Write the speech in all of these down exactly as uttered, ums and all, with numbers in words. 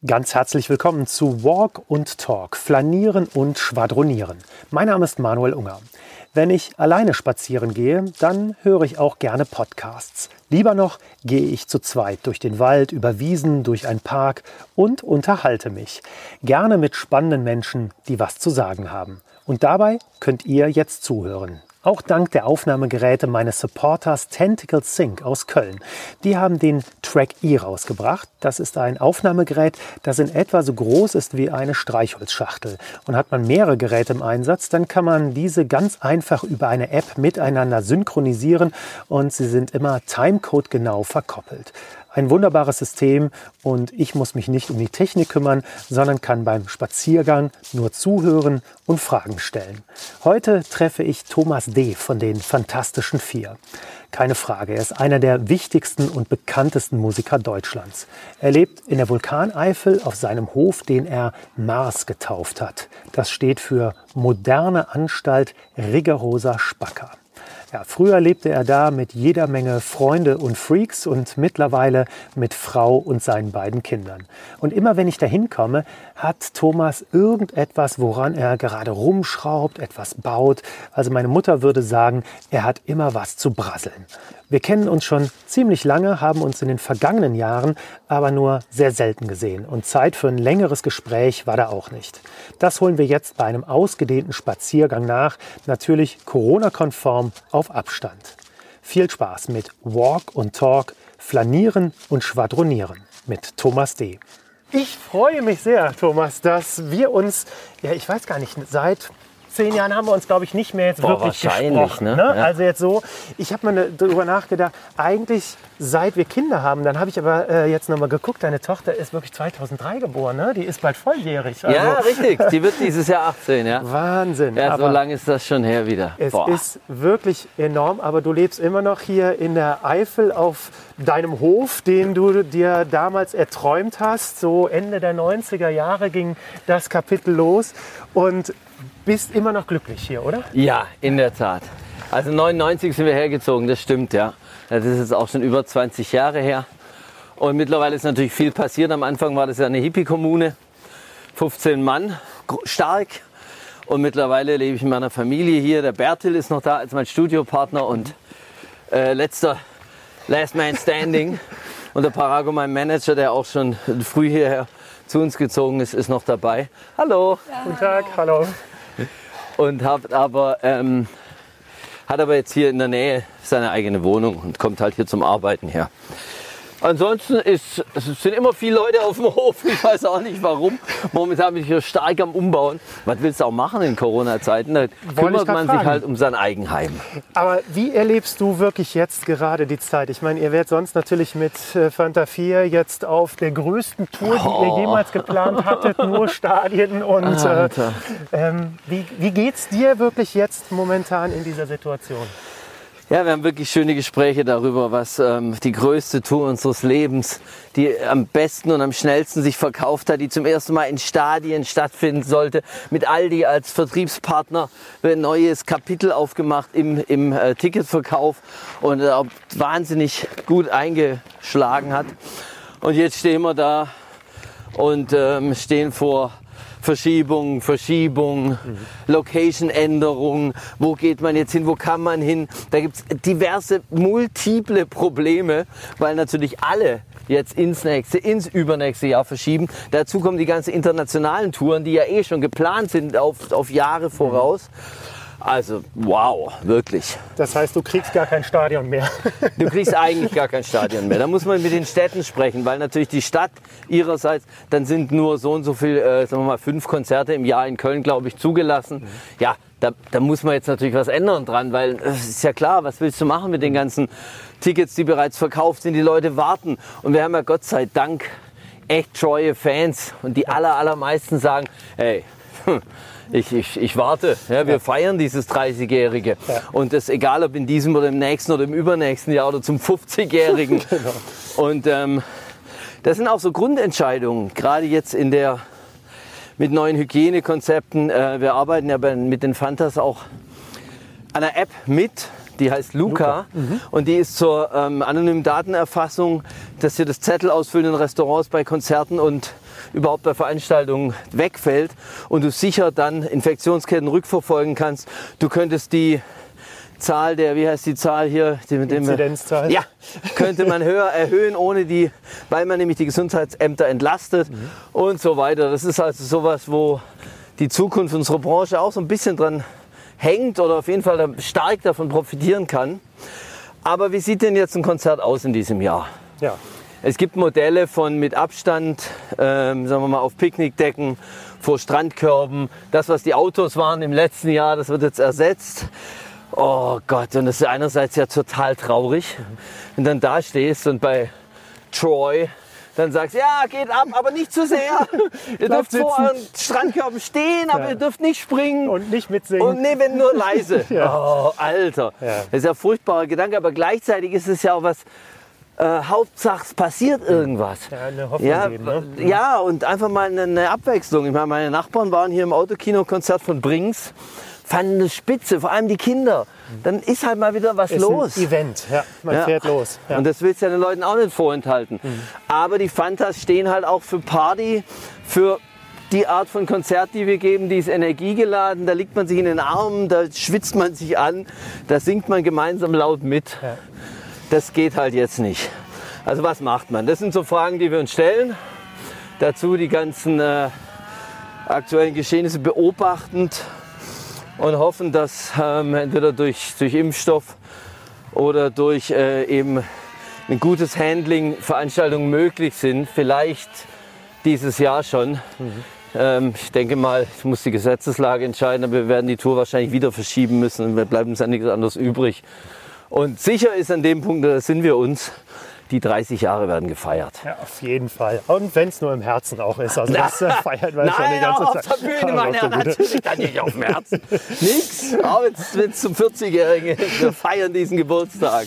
Ganz herzlich willkommen zu Walk und Talk, Flanieren und Schwadronieren. Mein Name ist Manuel Unger. Wenn ich alleine spazieren gehe, dann höre ich auch gerne Podcasts. Lieber noch gehe ich zu zweit durch den Wald, über Wiesen, durch einen Park und unterhalte mich. Gerne mit spannenden Menschen, die was zu sagen haben. Und dabei könnt ihr jetzt zuhören. Auch dank der Aufnahmegeräte meines Supporters Tentacle Sync aus Köln. Die haben den Track E rausgebracht. Das ist ein Aufnahmegerät, das in etwa so groß ist wie eine Streichholzschachtel. Und hat man mehrere Geräte im Einsatz, dann kann man diese ganz einfach über eine App miteinander synchronisieren und sie sind immer Timecode genau verkoppelt. Ein wunderbares System und ich muss mich nicht um die Technik kümmern, sondern kann beim Spaziergang nur zuhören und Fragen stellen. Heute treffe ich Thomas D. von den Fantastischen Vier. Keine Frage, er ist einer der wichtigsten und bekanntesten Musiker Deutschlands. Er lebt in der Vulkaneifel auf seinem Hof, den er Mars getauft hat. Das steht für Moderne Anstalt Rigorosa Spacker. Ja, früher lebte er da mit jeder Menge Freunde und Freaks und mittlerweile mit Frau und seinen beiden Kindern. Und immer wenn ich da hinkomme, hat Thomas irgendetwas, woran er gerade rumschraubt, etwas baut. Also meine Mutter würde sagen, er hat immer was zu brasseln. Wir kennen uns schon ziemlich lange, haben uns in den vergangenen Jahren aber nur sehr selten gesehen. Und Zeit für ein längeres Gespräch war da auch nicht. Das holen wir jetzt bei einem ausgedehnten Spaziergang nach, natürlich Corona-konform auf Abstand. Viel Spaß mit Walk und Talk, Flanieren und Schwadronieren mit Thomas D. Ich freue mich sehr, Thomas, dass wir uns, ja ich weiß gar nicht, seit zehn Jahren haben wir uns, glaube ich, nicht mehr jetzt Boah, wirklich wahrscheinlich, gesprochen. ne? Ne? Ja. Also jetzt so, ich habe mal darüber nachgedacht, eigentlich seit wir Kinder haben, dann habe ich aber äh, jetzt nochmal geguckt, deine Tochter ist wirklich zweitausenddrei geboren, ne? Die ist bald volljährig. Also, Ja, richtig. Die wird dieses Jahr achtzehn, ja. Wahnsinn. Ja, so aber lange ist das schon her wieder. es Boah. ist wirklich enorm, aber du lebst immer noch hier in der Eifel auf deinem Hof, den du dir damals erträumt hast. So Ende der neunziger Jahre ging das Kapitel los und bist immer noch glücklich hier, oder? Ja, in der Tat. Also neunundneunzig sind wir hergezogen, das stimmt, ja. Das ist jetzt auch schon über zwanzig Jahre her. Und mittlerweile ist natürlich viel passiert. Am Anfang war das ja eine Hippie-Kommune, fünfzehn Mann, stark. Und mittlerweile lebe ich mit meiner Familie hier. Der Bertil ist noch da als mein Studiopartner und äh, letzter Last Man Standing. Und der Parago, mein Manager, der auch schon früh hierher zu uns gezogen ist, ist noch dabei. Hallo. Ja, Guten Tag, hallo. Und hat aber, ähm, hat aber jetzt hier in der Nähe seine eigene Wohnung und kommt halt hier zum Arbeiten her. Ansonsten ist, es sind immer viele Leute auf dem Hof, ich weiß auch nicht warum. Momentan bin ich hier stark am Umbauen. Was willst du auch machen in Corona-Zeiten? Da kümmert man sich halt um sein Eigenheim. Aber wie erlebst du wirklich jetzt gerade die Zeit? Ich meine, ihr werdet sonst natürlich mit äh, Fanta vier jetzt auf der größten Tour, die Oh. ihr jemals geplant hattet, nur Stadien. Und äh, ähm, wie, wie geht's dir wirklich jetzt momentan in dieser Situation? Ja, wir haben wirklich schöne Gespräche darüber, was ähm, die größte Tour unseres Lebens, die am besten und am schnellsten sich verkauft hat, die zum ersten Mal in Stadien stattfinden sollte, mit Aldi als Vertriebspartner, ein neues Kapitel aufgemacht im, im äh, Ticketverkauf und äh, wahnsinnig gut eingeschlagen hat. Und jetzt stehen wir da und ähm, stehen vor Verschiebung, Verschiebung, mhm. Location-Änderung, wo geht man jetzt hin, wo kann man hin? Da gibt es diverse, multiple Probleme, weil natürlich alle jetzt ins nächste, ins übernächste Jahr verschieben. Dazu kommen die ganzen internationalen Touren, die ja eh schon geplant sind auf, auf Jahre voraus. Also, wow, wirklich. Das heißt, du kriegst gar kein Stadion mehr. Du kriegst eigentlich gar kein Stadion mehr. Da muss man mit den Städten sprechen, weil natürlich die Stadt ihrerseits, dann sind nur so und so viel, äh, sagen wir mal, fünf Konzerte im Jahr in Köln, glaube ich, zugelassen. Mhm. Ja, da, da muss man jetzt natürlich was ändern dran, weil es ist ja klar, was willst du machen mit den ganzen Tickets, die bereits verkauft sind, die Leute warten. Und wir haben ja Gott sei Dank echt treue Fans und die aller, allermeisten sagen, hey, hm, Ich, ich, ich warte, ja, wir ja. feiern dieses dreißigjährige ja. und das egal ob in diesem oder im nächsten oder im übernächsten Jahr oder zum fünfzigjährigen. Genau. Und ähm, das sind auch so Grundentscheidungen, gerade jetzt in der mit neuen Hygienekonzepten. Äh, wir arbeiten ja bei, mit den Fantas auch an einer App mit, die heißt Luca, Luca. Mhm. Und die ist zur ähm, anonymen Datenerfassung, dass dir das Zettel ausfüllen in Restaurants, bei Konzerten und überhaupt bei Veranstaltungen wegfällt und du sicher dann Infektionsketten rückverfolgen kannst. Du könntest die Zahl der, wie heißt die Zahl hier? Die mit dem, Inzidenzzahl. Ja, könnte man höher erhöhen, ohne die, weil man nämlich die Gesundheitsämter entlastet mhm. und so weiter. Das ist also sowas, wo die Zukunft unserer Branche auch so ein bisschen dran hängt oder auf jeden Fall stark davon profitieren kann. Aber wie sieht denn jetzt ein Konzert aus in diesem Jahr? Ja. Es gibt Modelle von mit Abstand, ähm, sagen wir mal, auf Picknickdecken, vor Strandkörben. Das, was die Autos waren im letzten Jahr, das wird jetzt ersetzt. Oh Gott, und das ist einerseits ja total traurig, mhm. wenn du dann da stehst und bei Troy dann sagst, ja, geht ab, aber nicht zu sehr. Ihr dürft sitzen. Vor euren Strandkörben stehen, aber ja. ihr dürft nicht springen. Und nicht mitsingen. Und nee, wenn nur leise. ja. Oh, Alter. Ja. Das ist ja ein furchtbarer Gedanke, aber gleichzeitig ist es ja auch was, Äh, Hauptsache es passiert irgendwas. Ja, eine Hoffnung ja, geben, ne? ja, und einfach mal eine, eine Abwechslung. Ich meine, meine Nachbarn waren hier im Autokino-Konzert von Brings, fanden eine Spitze, vor allem die Kinder. Dann ist halt mal wieder was ist los. Ein Event, ja, man ja. fährt los. Ja. Und das willst du ja den Leuten auch nicht vorenthalten. Mhm. Aber die Fantas stehen halt auch für Party, für die Art von Konzert, die wir geben, die ist energiegeladen, da liegt man sich in den Armen, da schwitzt man sich an, da singt man gemeinsam laut mit. Ja. Das geht halt jetzt nicht. Also was macht man? Das sind so Fragen, die wir uns stellen. Dazu die ganzen äh, aktuellen Geschehnisse beobachtend und hoffen, dass ähm, entweder durch, durch Impfstoff oder durch äh, eben ein gutes Handling Veranstaltungen möglich sind. Vielleicht dieses Jahr schon. Mhm. Ähm, ich denke mal, ich muss die Gesetzeslage entscheiden, aber wir werden die Tour wahrscheinlich wieder verschieben müssen und wir bleiben uns ja nichts anderes übrig. Und sicher ist an dem Punkt, da sind wir uns, die dreißig Jahre werden gefeiert. Ja, auf jeden Fall. Und wenn es nur im Herzen auch ist. Also das äh, feiert man Nein, schon die ganze auf Zeit. Der Bühne, meine Herren, natürlich dann nicht auf dem Herzen. Nix. Aber jetzt wird es zum vierzigjährigen. Wir feiern diesen Geburtstag.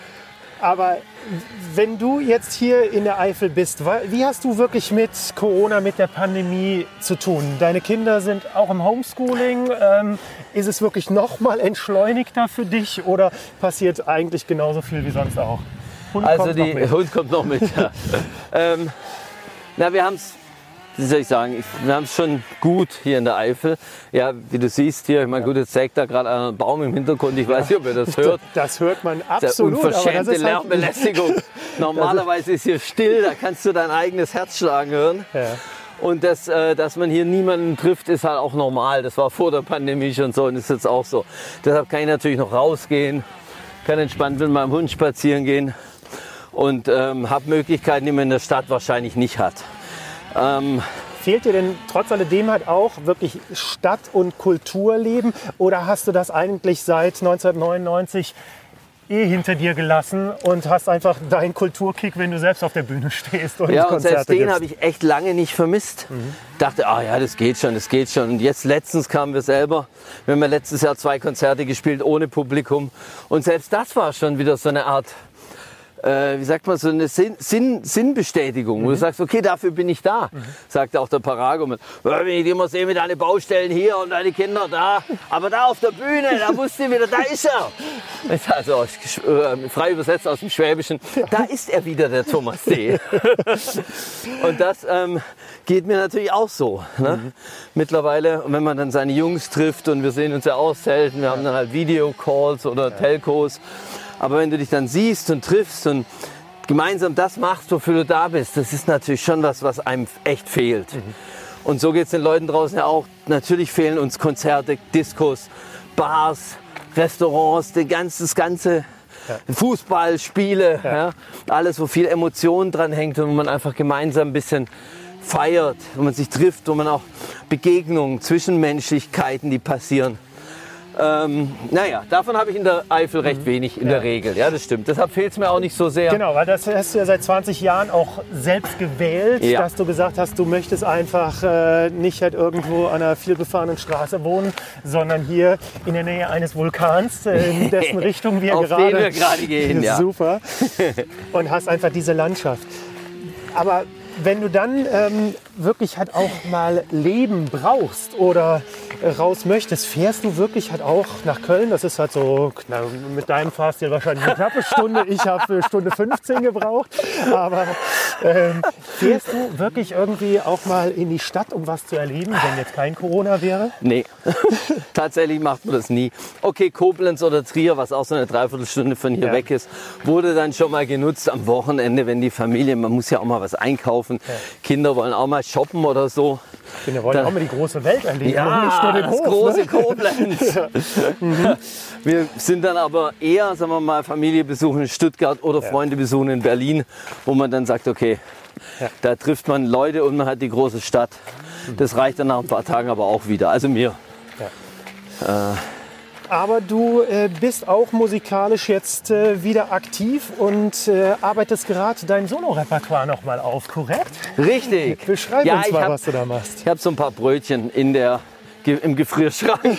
Aber wenn du jetzt hier in der Eifel bist, wie hast du wirklich mit Corona, mit der Pandemie zu tun? Deine Kinder sind auch im Homeschooling. Ähm, ist es wirklich noch mal entschleunigter für dich oder passiert eigentlich genauso viel wie sonst auch? Hund also kommt die Hund kommt noch mit. Ja. ähm, na, wir haben es. Wie soll ich sagen, wir haben es schon gut hier in der Eifel. Ja, wie du siehst hier, ich meine, gut, jetzt sägt da gerade ein Baum im Hintergrund. Ich weiß nicht, ob ihr das hört. Das hört man absolut. Das ist unverschämte aber das ist halt Lärmbelästigung. Normalerweise ist hier still, da kannst du dein eigenes Herz schlagen hören. Ja. Und das, äh, dass man hier niemanden trifft, ist halt auch normal. Das war vor der Pandemie schon so und ist jetzt auch so. Deshalb kann ich natürlich noch rausgehen, kann entspannt mit meinem Hund spazieren gehen und ähm, habe Möglichkeiten, die man in der Stadt wahrscheinlich nicht hat. Ähm, Fehlt dir denn trotz alledem halt auch wirklich Stadt- und Kulturleben oder hast du das eigentlich seit neunzehnhundertneunundneunzig eh hinter dir gelassen und hast einfach deinen Kulturkick, wenn du selbst auf der Bühne stehst und ja, Konzerte und selbst den gibst? habe ich echt lange nicht vermisst. Mhm. Dachte, ah ja, das geht schon, das geht schon. Und jetzt letztens kamen wir selber, wir haben ja letztes Jahr zwei Konzerte gespielt ohne Publikum und selbst das war schon wieder so eine Art, Äh, wie sagt man, so eine Sinn, Sinn, Sinnbestätigung, mhm. wo du sagst, okay, dafür bin ich da, mhm. sagt auch der Parago. Wenn ich immer sehe mit deinen Baustellen hier und deine Kinder da, aber da auf der Bühne, da wusste ich wieder, da ist er. Also äh, frei übersetzt aus dem Schwäbischen, da ist er wieder, der Thomas D. Und das ähm, geht mir natürlich auch so. Ne? Mhm. Mittlerweile, und wenn man dann seine Jungs trifft und wir sehen uns ja auch selten, wir haben dann halt Videocalls oder ja. Telcos. Aber wenn du dich dann siehst und triffst und gemeinsam das machst, wofür du da bist, das ist natürlich schon was, was einem echt fehlt. Mhm. Und so geht es den Leuten draußen ja auch. Natürlich fehlen uns Konzerte, Diskos, Bars, Restaurants, das ganze, das ganze ja. Fußball, Spiele, ja. Ja, alles, wo viel Emotion dran hängt und wo man einfach gemeinsam ein bisschen feiert, wo man sich trifft, wo man auch Begegnungen, Zwischenmenschlichkeiten, die passieren. Ähm, naja, davon habe ich in der Eifel recht mhm. wenig in ja. der Regel. Ja, das stimmt. Deshalb fehlt es mir auch nicht so sehr. Genau, weil das hast du ja seit zwanzig Jahren auch selbst gewählt, ja. dass du gesagt hast, du möchtest einfach äh, nicht halt irgendwo an einer vielbefahrenen Straße wohnen, sondern hier in der Nähe eines Vulkans, äh, in dessen Richtung wir Auf gerade den wir gerade gehen. Ja. Super. Und hast einfach diese Landschaft. Aber wenn du dann ähm, wirklich halt auch mal Leben brauchst oder äh, raus möchtest, fährst du wirklich halt auch nach Köln? Das ist halt so, na, mit deinem Fahrstil wahrscheinlich eine knappe Stunde. Ich habe eine Stunde fünfzehn gebraucht. Aber ähm, fährst du wirklich irgendwie auch mal in die Stadt, um was zu erleben, wenn jetzt kein Corona wäre? Nee, tatsächlich macht man das nie. Okay, Koblenz oder Trier, was auch so eine Dreiviertelstunde von hier Ja. weg ist, wurde dann schon mal genutzt am Wochenende, wenn die Familie, man muss ja auch mal was einkaufen, Ja. Kinder wollen auch mal shoppen oder so. Wir wollen Da- auch mal die große Welt erleben und Ja, nicht nur den das Hof. große Ne? Koblenz. Wir sind dann aber eher, sagen wir mal, Familie besuchen in Stuttgart oder Ja. Freunde besuchen in Berlin, wo man dann sagt, okay, Ja. da trifft man Leute und man hat die große Stadt. Das reicht dann nach ein paar Tagen aber auch wieder. Also mir. Aber du äh, bist auch musikalisch jetzt äh, wieder aktiv und äh, arbeitest gerade dein Solo-Repertoire nochmal auf, korrekt? Richtig. Beschreib Ja, uns ich mal, hab- was du da machst. Ich habe so ein paar Brötchen in der, Ge- im Gefrierschrank.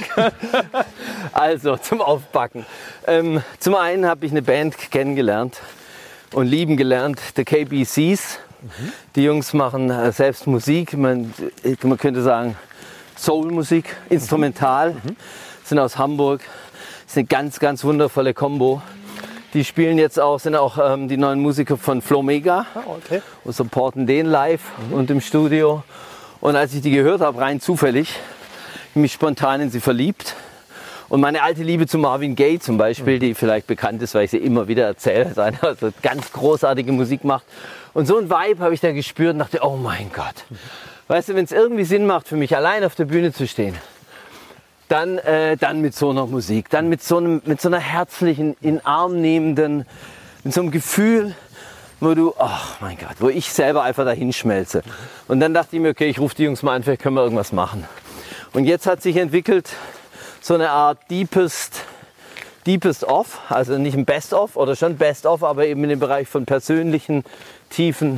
Also zum Aufbacken. Ähm, zum einen habe ich eine Band kennengelernt und lieben gelernt, The K B Cs. Die Jungs machen äh, selbst Musik, man, äh, man könnte sagen Soulmusik, instrumental, sind aus Hamburg. Ist eine ganz, ganz wundervolle Kombo. Die spielen jetzt auch, sind auch ähm, die neuen Musiker von Flomega Ah, okay. und supporten den live und im Studio. Und als ich die gehört habe, rein zufällig, mich spontan in sie verliebt. Und meine alte Liebe zu Marvin Gaye zum Beispiel, die vielleicht bekannt ist, weil ich sie immer wieder erzähle, dass einer also ganz großartige Musik macht. Und so ein Vibe habe ich da gespürt und dachte, oh mein Gott. Weißt du, wenn es irgendwie Sinn macht für mich, allein auf der Bühne zu stehen, dann, äh, dann mit so einer Musik, dann mit so, einem, mit so einer herzlichen, in den Arm nehmenden, mit so einem Gefühl, wo du, ach mein Gott, wo ich selber einfach dahin schmelze. Und dann dachte ich mir, okay, ich rufe die Jungs mal an, vielleicht können wir irgendwas machen. Und jetzt hat sich entwickelt so eine Art Deepest, Deepest Off, also nicht ein Best Of oder schon Best Of, aber eben in dem Bereich von persönlichen, tiefen,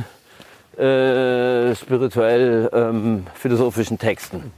äh, spirituell, ähm, philosophischen Texten.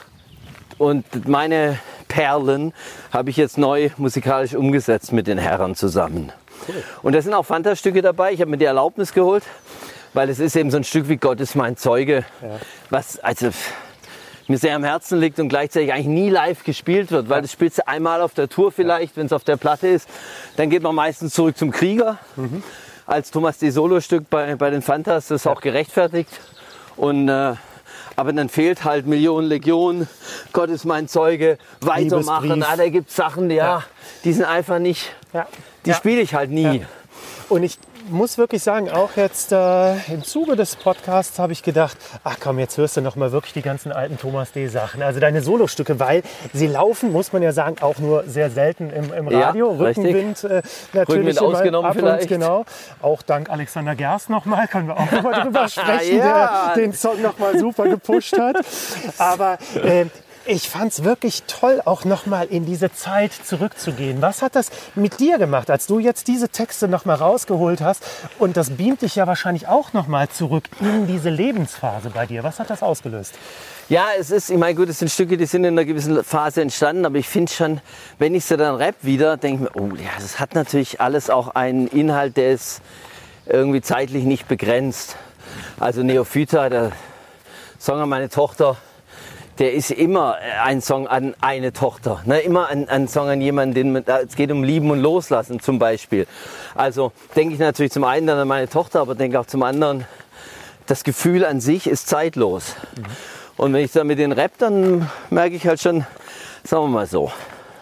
Und meine Perlen habe ich jetzt neu musikalisch umgesetzt mit den Herren zusammen. Und da sind auch Fanta-Stücke dabei. Ich habe mir die Erlaubnis geholt, weil es ist eben so ein Stück wie Gott ist mein Zeuge, was also mir sehr am Herzen liegt und gleichzeitig eigentlich nie live gespielt wird, weil das spielst du einmal auf der Tour vielleicht, wenn es auf der Platte ist. Dann geht man meistens zurück zum Krieger. Mhm. Als Thomas D. Solo-Stück bei, bei den Fantas, das ist auch gerechtfertigt. Und, äh, aber dann fehlt halt Millionen Legion, Gott ist mein Zeuge, weitermachen. Liebesbrief. Ah, da gibt es Sachen, ja, Ja. die sind einfach nicht, Ja. die Ja. spiele ich halt nie. Ja. Und ich muss wirklich sagen, auch jetzt äh, im Zuge des Podcasts habe ich gedacht, ach komm, jetzt hörst du noch mal wirklich die ganzen alten Thomas D. Sachen, also deine Solostücke, weil sie laufen, muss man ja sagen, auch nur sehr selten im, im Ja, Radio. richtig. Rückenwind äh, natürlich Rückenwind immer ausgenommen ab und vielleicht. genau. Auch dank Alexander Gerst nochmal, können wir auch nochmal drüber sprechen, Ja. der den Song nochmal super gepusht hat. Aber äh, ich fand es wirklich toll, auch nochmal in diese Zeit zurückzugehen. Was hat das mit dir gemacht, als du jetzt diese Texte nochmal rausgeholt hast? Und das beamt dich ja wahrscheinlich auch nochmal zurück in diese Lebensphase bei dir. Was hat das ausgelöst? Ja, es ist, ich meine, gut, es sind Stücke, die sind in einer gewissen Phase entstanden, aber ich finde schon, wenn ich sie dann rap wieder, denke ich mir, oh ja, das hat natürlich alles auch einen Inhalt, der ist irgendwie zeitlich nicht begrenzt. Also Neophyta, der Song an meine Tochter, der ist immer ein Song an eine Tochter, ne? Immer ein, ein Song an jemanden, den man, es geht um Lieben und Loslassen zum Beispiel. Also denke ich natürlich zum einen dann an meine Tochter, aber denke auch zum anderen, das Gefühl an sich ist zeitlos. Mhm. Und wenn ich dann mit den Rap, dann merke ich halt schon, sagen wir mal so,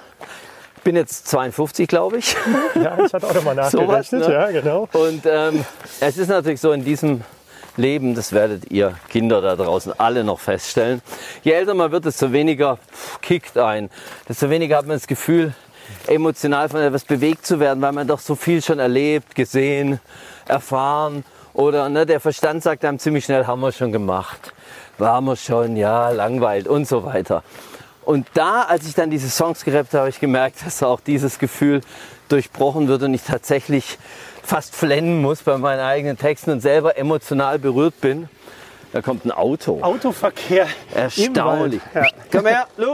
ich bin jetzt zweiundfünfzig, glaube ich. Ja, ich hatte auch nochmal nachgerechnet. Sowas, ne? Ja, genau. Und ähm, es ist natürlich so in diesem Leben, das werdet ihr Kinder da draußen alle noch feststellen. Je älter man wird, desto weniger pff, kickt ein, desto weniger hat man das Gefühl, emotional von etwas bewegt zu werden, weil man doch so viel schon erlebt, gesehen, erfahren. Oder ne, der Verstand sagt einem ziemlich schnell, haben wir schon gemacht, waren wir schon, ja, langweilt und so weiter. Und da, als ich dann diese Songs gerappt habe, habe ich gemerkt, dass auch dieses Gefühl durchbrochen wird und ich tatsächlich fast flennen muss bei meinen eigenen Texten und selber emotional berührt bin. Da kommt ein Auto. Autoverkehr. Erstaunlich. Im Wald. Komm her, Lu.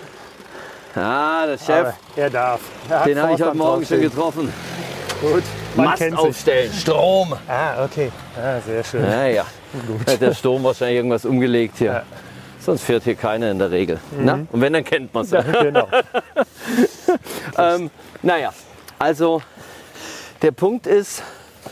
Ah, der Chef, Aber er darf. Er hat den habe ich heute Vorstand Morgen schon draufstehen. getroffen. Gut. Man Mast kennt sich. aufstellen, Strom. Ah, okay. Ah, sehr schön. Ja, ja. Gut. Hat der Sturm wahrscheinlich irgendwas umgelegt hier. Ja. Sonst fährt hier keiner in der Regel. Na? Und wenn, dann kennt man es. Ja, genau. ähm, naja, also der Punkt ist,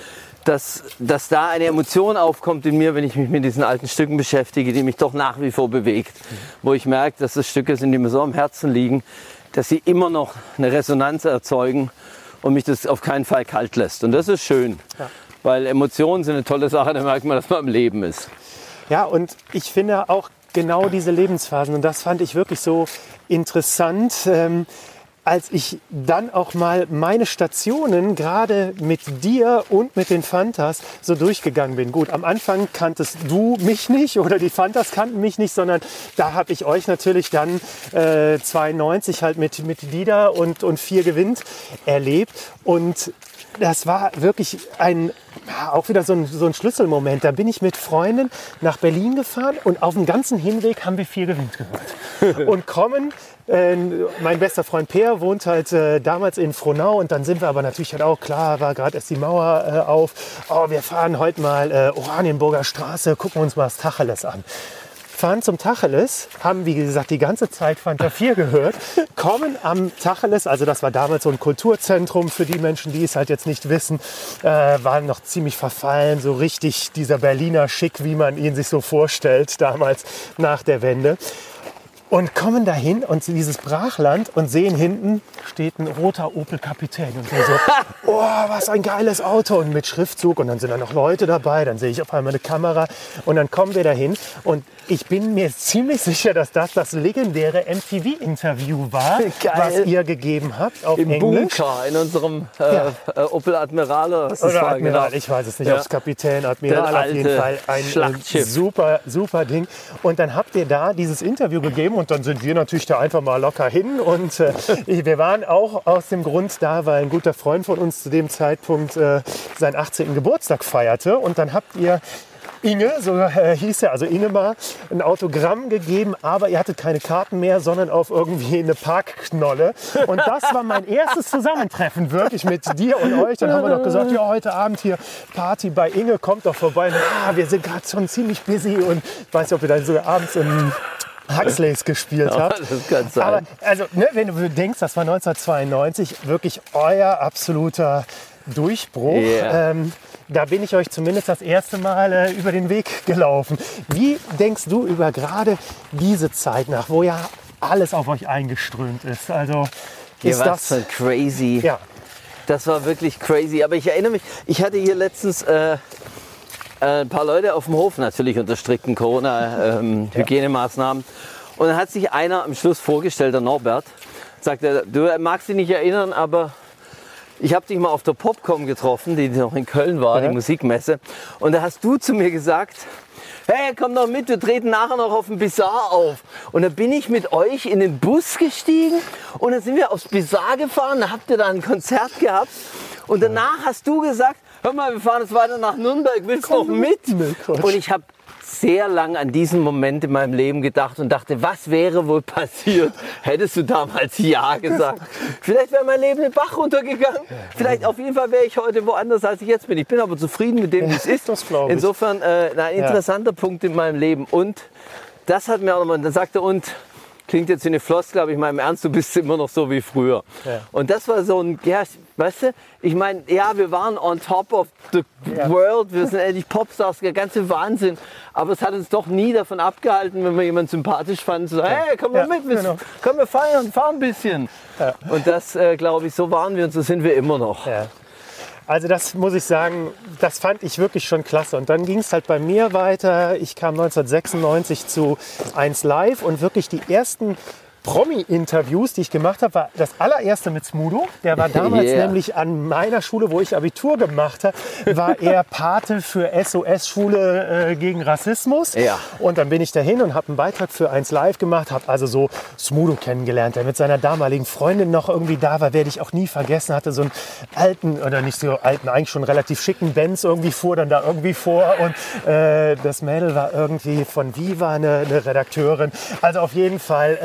dass, dass da eine Emotion aufkommt in mir, wenn ich mich mit diesen alten Stücken beschäftige, die mich doch nach wie vor bewegt. Mhm. Wo ich merke, dass das Stücke sind, die mir so am Herzen liegen, dass sie immer noch eine Resonanz erzeugen und mich das auf keinen Fall kalt lässt. Und das ist schön, ja. Weil Emotionen sind eine tolle Sache, da merkt man, dass man am Leben ist. Ja, und ich finde auch genau diese Lebensphasen, und das fand ich wirklich so interessant, ähm, als ich dann auch mal meine Stationen gerade mit dir und mit den Fantas so durchgegangen bin. Gut, am Anfang kanntest du mich nicht oder die Fantas kannten mich nicht, sondern da habe ich euch natürlich dann äh, zweiundneunzig halt mit, mit Dida und, und vier gewinnt erlebt. Und das war wirklich ein, auch wieder so ein, so ein Schlüsselmoment. Da bin ich mit Freunden nach Berlin gefahren und auf dem ganzen Hinweg haben wir vier gewinnt gehört. Und kommen, äh, mein bester Freund Peer wohnt halt äh, damals in Frohnau und dann sind wir aber natürlich halt auch, klar, war gerade erst die Mauer äh, auf. Oh, wir fahren heute mal äh, Oranienburger Straße, gucken uns mal das Tacheles an. Fahren zum Tacheles, haben wie gesagt die ganze Zeit Fanta vier gehört, kommen am Tacheles, also das war damals so ein Kulturzentrum für die Menschen, die es halt jetzt nicht wissen, äh, waren noch ziemlich verfallen, so richtig dieser Berliner Schick, wie man ihn sich so vorstellt, damals nach der Wende. Und kommen dahin und zu dieses Brachland und sehen hinten steht ein roter Opel Kapitän. Und wir so, oh, was ein geiles Auto. Und mit Schriftzug. Und dann sind da noch Leute dabei. Dann sehe ich auf einmal eine Kamera. Und dann kommen wir dahin. Und ich bin mir ziemlich sicher, dass das das legendäre M T V-Interview war, Geil. was ihr gegeben habt auf Im Englisch. Bunker, in unserem äh, Ja. äh, Opel Admirale. Was das Oder war, Admiral, genau. ich weiß es nicht, Ja. ob es Kapitän, Admiral, Das auf jeden alte Fall ein Schlachtschiff. super, super Ding. Und dann habt ihr da dieses Interview gegeben und dann sind wir natürlich da einfach mal locker hin. Und äh, wir waren auch aus dem Grund da, weil ein guter Freund von uns zu dem Zeitpunkt äh, seinen achtzehnten Geburtstag feierte. Und dann habt ihr Inge, so äh, hieß er, also Ingemar, ein Autogramm gegeben, aber ihr hattet keine Karten mehr, sondern auf irgendwie eine Parkknolle. Und das war mein erstes Zusammentreffen, wirklich mit dir und euch. Dann haben wir noch gesagt, ja, heute Abend hier Party bei Inge, kommt doch vorbei. Und, ah, wir sind gerade schon ziemlich busy und ich weiß nicht, ob ihr dann sogar abends im Huxleys gespielt habt. Ja, das kann sein. Aber also, ne, wenn du denkst, das war neunzehnhundertzweiundneunzig wirklich euer absoluter Durchbruch. Yeah. Ähm, da bin ich euch zumindest das erste Mal äh, über den Weg gelaufen. Wie denkst du über gerade diese Zeit nach, wo ja alles auf euch eingeströmt ist? Also Hier ist war das so crazy. Ja. Das war wirklich crazy. Aber ich erinnere mich, ich hatte hier letztens äh, ein paar Leute auf dem Hof, natürlich unter strikten Corona-Hygienemaßnahmen. Ähm, Und dann hat sich einer am Schluss vorgestellt, der Norbert, sagte, du magst dich nicht erinnern, aber ich habe dich mal auf der Popcom getroffen, die noch in Köln war, Ja. die Musikmesse. Und da hast du zu mir gesagt, hey, komm doch mit, wir treten nachher noch auf dem Bizarre auf. Und dann bin ich mit euch in den Bus gestiegen und dann sind wir aufs Bizarre gefahren, da habt ihr da ein Konzert gehabt. Und danach hast du gesagt, hör mal, wir fahren jetzt weiter nach Nürnberg, willst du noch mit? Und ich habe sehr lang an diesen Moment in meinem Leben gedacht und dachte, was wäre wohl passiert, hättest du damals Ja gesagt. Vielleicht wäre mein Leben den Bach runtergegangen. Vielleicht auf jeden Fall wäre ich heute woanders, als ich jetzt bin. Ich bin aber zufrieden mit dem, wie es ist. Das glaube ich. Insofern äh, ein interessanter ja. Punkt in meinem Leben. Und das hat mir auch nochmal, dann sagte er, und klingt jetzt wie eine Floskel, aber ich meine im Ernst, du bist immer noch so wie früher. Ja. Und das war so ein, ja, weißt du, ich meine, ja, wir waren on top of the ja. world, wir sind endlich Popstars, der ganze Wahnsinn. Aber es hat uns doch nie davon abgehalten, wenn wir jemanden sympathisch fanden, zu sagen, hey, komm mal ja, mit, wir, genau. komm, wir feiern, fahren ein bisschen. Ja. Und das, äh, glaube ich, so waren wir und so sind wir immer noch. Ja. Also das muss ich sagen, das fand ich wirklich schon klasse. Und dann ging es halt bei mir weiter. Ich kam neunzehnhundertsechsundneunzig zu eins Live und wirklich die ersten Promi-Interviews, die ich gemacht habe, war das allererste mit Smudo. Der war damals yeah. nämlich an meiner Schule, wo ich Abitur gemacht habe, war er Pate für S O S-Schule äh, gegen Rassismus. Ja. Und dann bin ich dahin und habe einen Beitrag für eins Live gemacht, habe also so Smudo kennengelernt, der mit seiner damaligen Freundin noch irgendwie da war, werde ich auch nie vergessen, hatte so einen alten, oder nicht so alten, eigentlich schon relativ schicken Benz irgendwie fuhr dann da irgendwie vor und äh, das Mädel war irgendwie von Viva eine, eine Redakteurin. Also auf jeden Fall, ähm,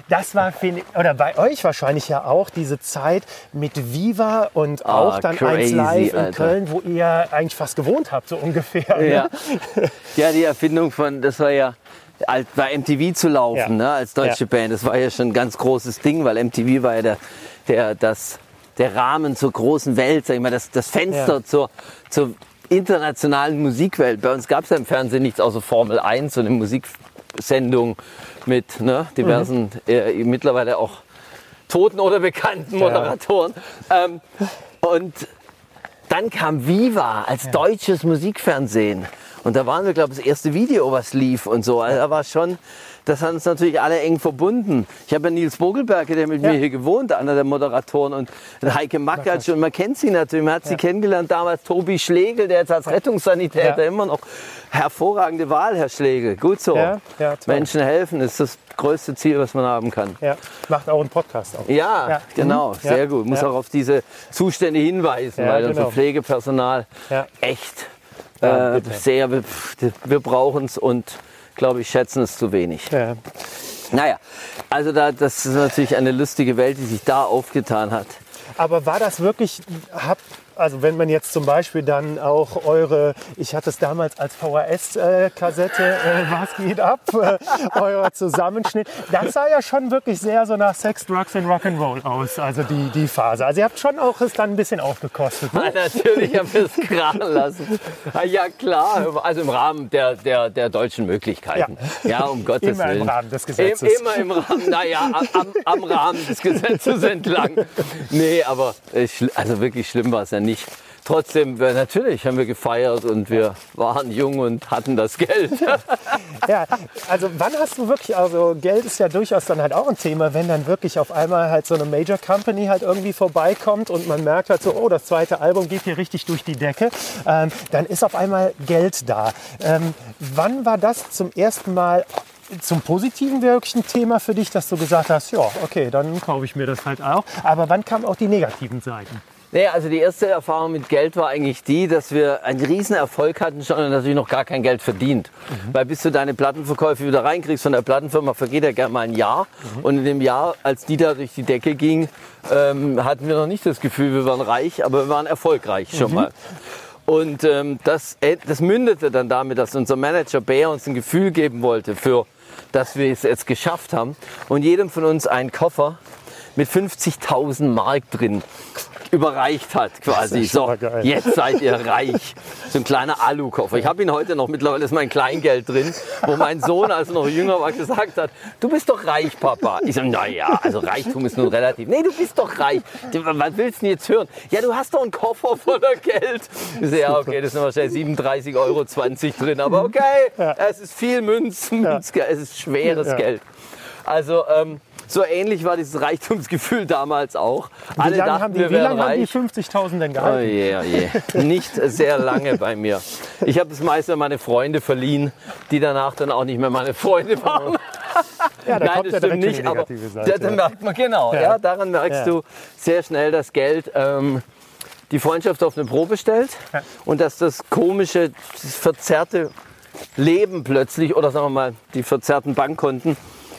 das war, oder bei euch wahrscheinlich ja auch diese Zeit mit Viva und auch Ah, dann crazy, eins Live in Alter. Köln, wo ihr eigentlich fast gewohnt habt, so ungefähr. Ne? Ja. ja, die Erfindung von, das war ja, als bei M T V zu laufen, Ja. ne, als deutsche Ja. Band, das war ja schon ein ganz großes Ding, weil M T V war ja der, der, das, der Rahmen zur großen Welt, sag ich mal, das, das Fenster Ja. zur, zur internationalen Musikwelt. Bei uns gab es ja im Fernsehen nichts außer Formel eins, so eine Musiksendung mit ne, diversen, Mhm. äh, mittlerweile auch toten oder bekannten Moderatoren. Ja. Ähm, und dann kam Viva als ja. deutsches Musikfernsehen. Und da waren wir, glaube ich, das erste Video, was lief und so. Also da war schon, das hat uns natürlich alle eng verbunden. Ich habe ja Nils Vogelberger, der mit ja. mir hier gewohnt, einer der Moderatoren, und Heike Makatsch, und man kennt sie natürlich, man hat ja. sie kennengelernt damals, Tobi Schlegel, der jetzt als Rettungssanitäter ja. immer noch, hervorragende Wahl, Herr Schlegel, gut so. Ja. Ja, Menschen helfen ist das größte Ziel, was man haben kann. Ja. Macht auch einen Podcast auf. Ja, ja. genau, mhm. sehr ja. gut. Muss ja. auch auf diese Zustände hinweisen, ja, weil genau. unser Pflegepersonal ja. echt äh, sehr, wir, wir brauchen es und glaube ich, schätzen es zu wenig. Ja. Naja, also da, das ist natürlich eine lustige Welt, die sich da aufgetan hat. Aber war das wirklich, hab, also wenn man jetzt zum Beispiel dann auch eure, ich hatte es damals als V H S-Kassette, äh, was geht ab, äh, euer Zusammenschnitt, das sah ja schon wirklich sehr so nach Sex, Drugs and Rock'n'Roll aus, also die, die Phase. Also ihr habt schon auch es dann ein bisschen aufgekostet. Ne? Ja, natürlich haben wir es krachen lassen. Ja klar, also im Rahmen der, der, der deutschen Möglichkeiten. Ja, ja um Gottes immer Willen. Immer im Rahmen des Gesetzes. Immer im Rahmen, naja, am, am Rahmen des Gesetzes entlang. Nee, aber also wirklich schlimm war es ja nicht. Trotzdem, natürlich haben wir gefeiert und wir waren jung und hatten das Geld. Ja, also wann hast du wirklich, also Geld ist ja durchaus dann halt auch ein Thema, wenn dann wirklich auf einmal halt so eine Major Company halt irgendwie vorbeikommt und man merkt halt so, oh, das zweite Album geht hier richtig durch die Decke, ähm, dann ist auf einmal Geld da. Ähm, wann war das zum ersten Mal zum Positiven wirklich ein Thema für dich, dass du gesagt hast, ja, okay, dann kaufe ich mir das halt auch. Aber wann kamen auch die negativen Seiten? Nee, also die erste Erfahrung mit Geld war eigentlich die, dass wir einen riesen Erfolg hatten schon und natürlich noch gar kein Geld verdient. Mhm. Weil bis du deine Plattenverkäufe wieder reinkriegst von der Plattenfirma, vergeht ja gerne mal ein Jahr. Mhm. Und in dem Jahr, als die da durch die Decke ging, ähm, hatten wir noch nicht das Gefühl, wir waren reich, aber wir waren erfolgreich schon mhm. mal. Und ähm, das, das mündete dann damit, dass unser Manager Bär uns ein Gefühl geben wollte, für, dass wir es jetzt geschafft haben. Und jedem von uns einen Koffer mit fünfzigtausend Mark drin überreicht hat quasi. So, jetzt seid ihr reich. So ein kleiner Alu-Koffer. Ich habe ihn heute noch, mittlerweile ist mein Kleingeld drin, wo mein Sohn, als er noch jünger war, gesagt hat, du bist doch reich, Papa. Ich so, naja, also Reichtum ist nun relativ. Nee, du bist doch reich. Was willst du denn jetzt hören? Ja, du hast doch einen Koffer voller Geld. Ich so, ja, okay, das sind wahrscheinlich siebenunddreißig Euro zwanzig drin, aber okay, ja. Es ist viel Münz, Münzgeld, es ist schweres ja. Geld. Also, ähm, so ähnlich war dieses Reichtumsgefühl damals auch. Wie Alle lange dachten, haben die, wir wie wären lange haben die reich. fünfzigtausend denn gehalten? Oh je, oh je. Nicht sehr lange bei mir. Ich habe es meist an meine Freunde verliehen, die danach dann auch nicht mehr meine Freunde waren. Ja, da Nein, kommt das ja stimmt nicht, aber Seite, da, da merkt man genau. Ja. Ja, daran merkst ja. du sehr schnell, dass Geld ähm, die Freundschaft auf eine Probe stellt ja. und dass das komische, das verzerrte Leben plötzlich oder sagen wir mal die verzerrten Bankkonten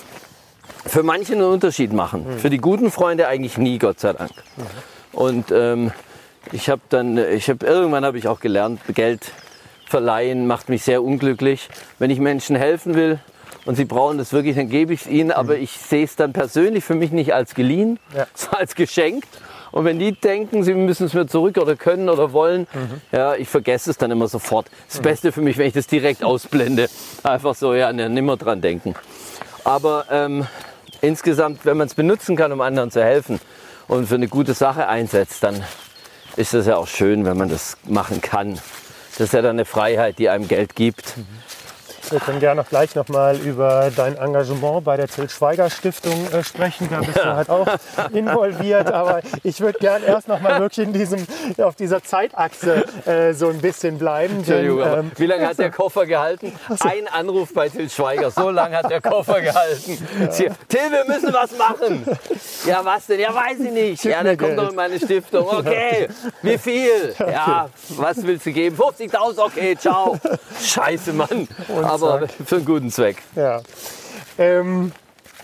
für manche einen Unterschied machen. Mhm. Für die guten Freunde eigentlich nie, Gott sei Dank. Mhm. Und ähm, ich habe dann, ich habe irgendwann habe ich auch gelernt, Geld verleihen macht mich sehr unglücklich. Wenn ich Menschen helfen will und sie brauchen das wirklich, dann gebe ich es ihnen. Mhm. Aber ich sehe es dann persönlich für mich nicht als geliehen, ja. sondern als geschenkt. Und wenn die denken, sie müssen es mir zurück oder können oder wollen, mhm. ja, ich vergesse es dann immer sofort. Das mhm. Beste für mich, wenn ich das direkt ausblende. Einfach so, ja, ne, nimmer dran denken. Aber ähm, insgesamt, wenn man es benutzen kann, um anderen zu helfen und für eine gute Sache einsetzt, dann ist es ja auch schön, wenn man das machen kann. Das ist ja dann eine Freiheit, die einem Geld gibt. Mhm. Wir können gerne noch gleich noch mal über dein Engagement bei der Til Schweiger Stiftung äh, sprechen. Da bist ja. du halt auch involviert. Aber ich würde gerne erst noch mal wirklich in diesem, auf dieser Zeitachse äh, so ein bisschen bleiben. Entschuldigung, denn, ähm, wie lange hat der Koffer gehalten? Ein Anruf bei Til Schweiger. So lange hat der Koffer gehalten. Ja. Til, wir müssen was machen. Ja, was denn? Ja, weiß ich nicht. Ja, der kommt doch in meine Stiftung. Okay, wie viel? Ja, was willst du geben? fünfzigtausend? Okay, ciao. Scheiße, Mann. Aber für einen guten Zweck. Ja. Ähm,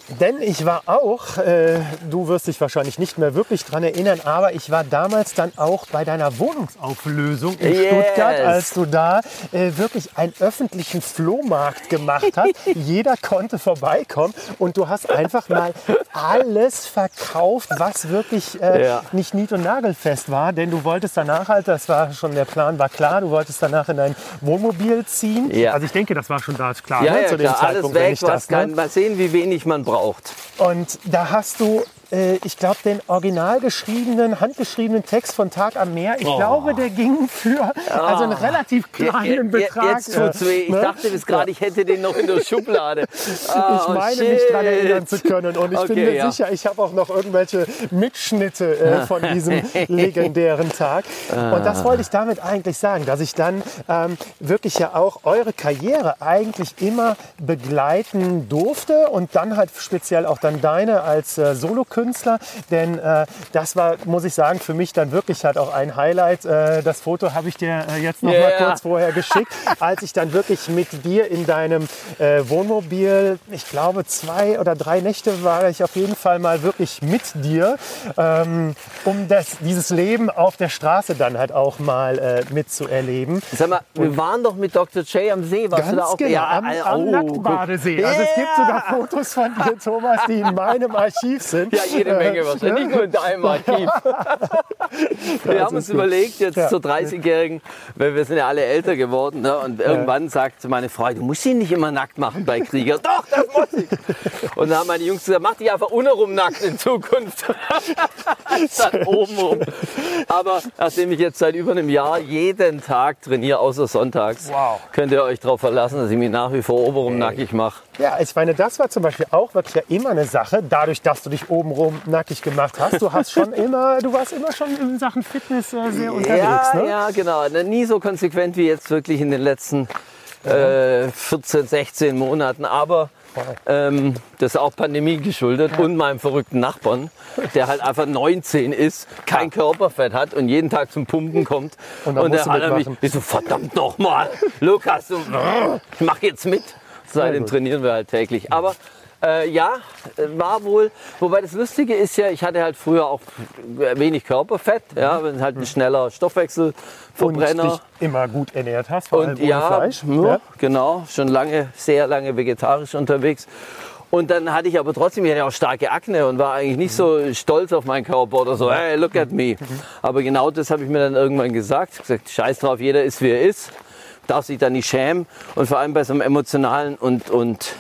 Denn ich war auch, äh, du wirst dich wahrscheinlich nicht mehr wirklich dran erinnern, aber ich war damals dann auch bei deiner Wohnungsauflösung in Yes. Stuttgart, als du da äh, wirklich einen öffentlichen Flohmarkt gemacht hast. Jeder konnte vorbeikommen und du hast einfach mal alles verkauft, was wirklich äh, Ja. nicht nied- und nagelfest war. Denn du wolltest danach halt, das war schon, der Plan war klar, du wolltest danach in ein Wohnmobil ziehen. Ja. Also ich denke, das war schon da klar, Ja, ne, ja, zu dem klar, alles Zeitpunkt, wenn weg, ich was das, kann, ne? mal sehen, wie wenig man braucht. Und da hast du, äh, ich glaube, den original geschriebenen, handgeschriebenen Text von Tag am Meer, ich Oh. glaube, der ging für also einen relativ kleinen Je- je- Betrag. Jetzt tut's weh. Ich ne? dachte bis gerade, ich hätte den noch in der Schublade. Ich Oh, meine, shit. mich daran erinnern zu können. Und ich bin Okay, mir ja. sicher, ich habe auch noch irgendwelche Mitschnitte äh, von diesem legendären Tag. Und das wollte ich damit eigentlich sagen, dass ich dann ähm, wirklich ja auch eure Karriere eigentlich immer begleiten durfte und dann halt speziell auch dann deine als äh, Solokünstler. Denn äh, das war, muss ich sagen, für mich dann wirklich halt auch ein Highlight. Äh, das Foto habe ich dir äh, jetzt noch Yeah. mal kurz vorher geschickt, als ich dann wirklich mit dir in deinem äh, Wohnmobil, ich glaube zwei oder drei Nächte war ich auf jeden Fall mal wirklich mit dir, ähm, um das, dieses Leben auf der Straße dann halt auch mal äh, mitzuerleben. Sag mal, wir waren doch mit Doktor J am See. Warst Ganz du da auch? genau, am, äh, am oh, Nacktbadesee. guck. Also es gibt Yeah. sogar Fotos von dir, Thomas, die in meinem Archiv sind. Ja, jede Menge Äh, wahrscheinlich, nicht nur in deinem Archiv. Wir haben uns ist gut. überlegt, jetzt Ja. zur dreißigjährigen, weil wir sind ja alle älter geworden, ne? Und irgendwann sagt meine Frau, du musst ihn nicht immer nackt machen bei Krieger. Doch, das muss ich. Und dann haben meine Jungs gesagt, mach dich einfach untenrum nackt in Zukunft. Statt obenrum. Aber nachdem ich jetzt seit über einem Jahr jeden Tag trainiere, außer sonntags, Wow. könnt ihr euch darauf verlassen, dass ich mich nach wie vor obenrum nackig mache. Ja, ich meine, das war zum Beispiel auch wirklich ja immer eine Sache, dadurch, dass du dich obenrum nackig gemacht hast. Du hast schon immer, du warst immer schon in Sachen Fitness äh, sehr unterwegs, Ja, ne? ja, genau. Nie so konsequent wie jetzt wirklich in den letzten äh, vierzehn, sechzehn Monaten. Aber ähm, das ist auch Pandemie geschuldet und meinem verrückten Nachbarn, der halt einfach neunzehn ist, kein Körperfett hat und jeden Tag zum Pumpen kommt. Und Und, dann musst der du hat er mich, mitmachen. ich so, verdammt nochmal, Lukas, du, ich mach jetzt mit. Seitdem gut. trainieren wir halt täglich. Aber äh, ja, war wohl, wobei das Lustige ist ja, ich hatte halt früher auch wenig Körperfett, ja, wenn halt ein schneller Und Stoffwechselverbrenner. dich immer gut ernährt hast, vor allem Und ohne ja, Fleisch. ja, Ja. genau, schon lange, sehr lange vegetarisch unterwegs. Und dann hatte ich aber trotzdem, ich hatte auch starke Akne und war eigentlich nicht so stolz auf meinen Körper oder so, hey, look at me. Aber genau das habe ich mir dann irgendwann gesagt, gesagt, scheiß drauf, jeder ist, wie er ist, darf sich da nicht schämen. Und vor allem bei so einem emotionalen und, und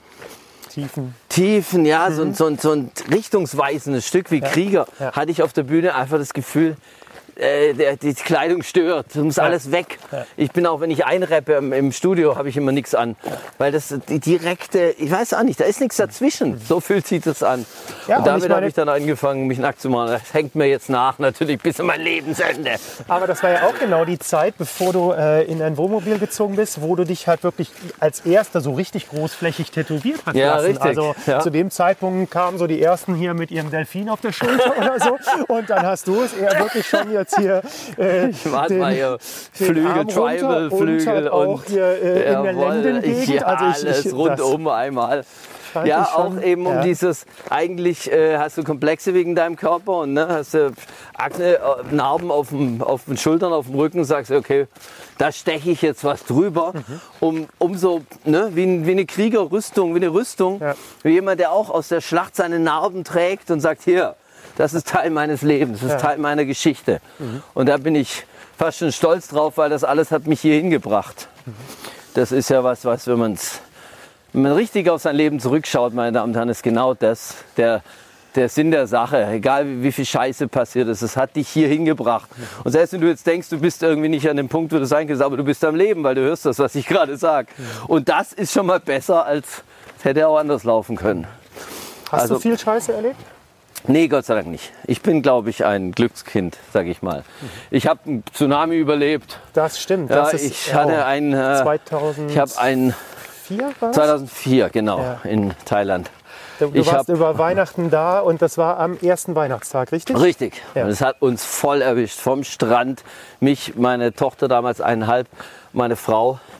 Tiefen. tiefen, ja, so, ein- so, ein- so ein richtungsweisendes Stück wie Krieger, ja. hatte ich auf der Bühne einfach das Gefühl, äh, der, die Kleidung stört, es muss alles weg. Ja. Ich bin auch, wenn ich einrappe im, im Studio, habe ich immer nichts an, weil das die direkte, ich weiß auch nicht, da ist nichts dazwischen. So fühlt sich das an. Ja, und und damit ich meine- habe ich dann angefangen, mich nackt zu machen. Das hängt mir jetzt nach, natürlich bis an mein Lebensende. Aber das war ja auch genau die Zeit, bevor du äh, in ein Wohnmobil gezogen bist, wo du dich halt wirklich als Erster so richtig großflächig tätowiert hast Ja, lassen. richtig. Also Ja. zu dem Zeitpunkt kamen so die Ersten hier mit ihrem Delfin auf der Schulter oder so. Und dann hast du es eher wirklich schon jetzt hier äh, War den, mal hier den Flügel, Arm runter und Tribal-Flügel halt auch hier äh, in der Jawohl, Lendengegend. ja, Also ich, alles ich, rundum einmal. fand Ja, ich schon, auch eben um ja. dieses, eigentlich äh, hast du Komplexe wegen deinem Körper und ne, hast du Akne, äh, Narben auf, dem, auf den Schultern, auf dem Rücken, sagst du, okay, da steche ich jetzt was drüber, Mhm. um, um so, ne, wie, wie eine Kriegerrüstung, wie eine Rüstung, Ja. wie jemand, der auch aus der Schlacht seine Narben trägt und sagt, hier, das ist Teil meines Lebens, das ist Teil meiner Geschichte. Mhm. Und da bin ich fast schon stolz drauf, weil das alles hat mich hier hingebracht. Das ist ja was, was wenn man's Wenn man richtig auf sein Leben zurückschaut, meine Damen und Herren, ist genau das der, der Sinn der Sache. Egal wie, wie viel Scheiße passiert ist, es hat dich hier hingebracht. Und selbst wenn du jetzt denkst, du bist irgendwie nicht an dem Punkt, wo du sein kannst, aber du bist am Leben, weil du hörst das, was ich gerade sage. Und das ist schon mal besser, als es hätte auch anders laufen können. Hast Also- du viel Scheiße erlebt? Nee, Gott sei Dank nicht. Ich bin, glaube ich, ein Glückskind, sage ich mal. Ich habe einen Tsunami überlebt. Das stimmt. Ja, Das ist, ich ja, hatte einen, äh, zweitausendvier ich habe einen war das? zweitausendvier, genau, Ja. in Thailand. Du, du ich warst hab- über Weihnachten da und das war am ersten Weihnachtstag, richtig? Richtig. Ja. Und es hat uns voll erwischt. Vom Strand, mich, meine Tochter damals eineinhalb, meine Frau.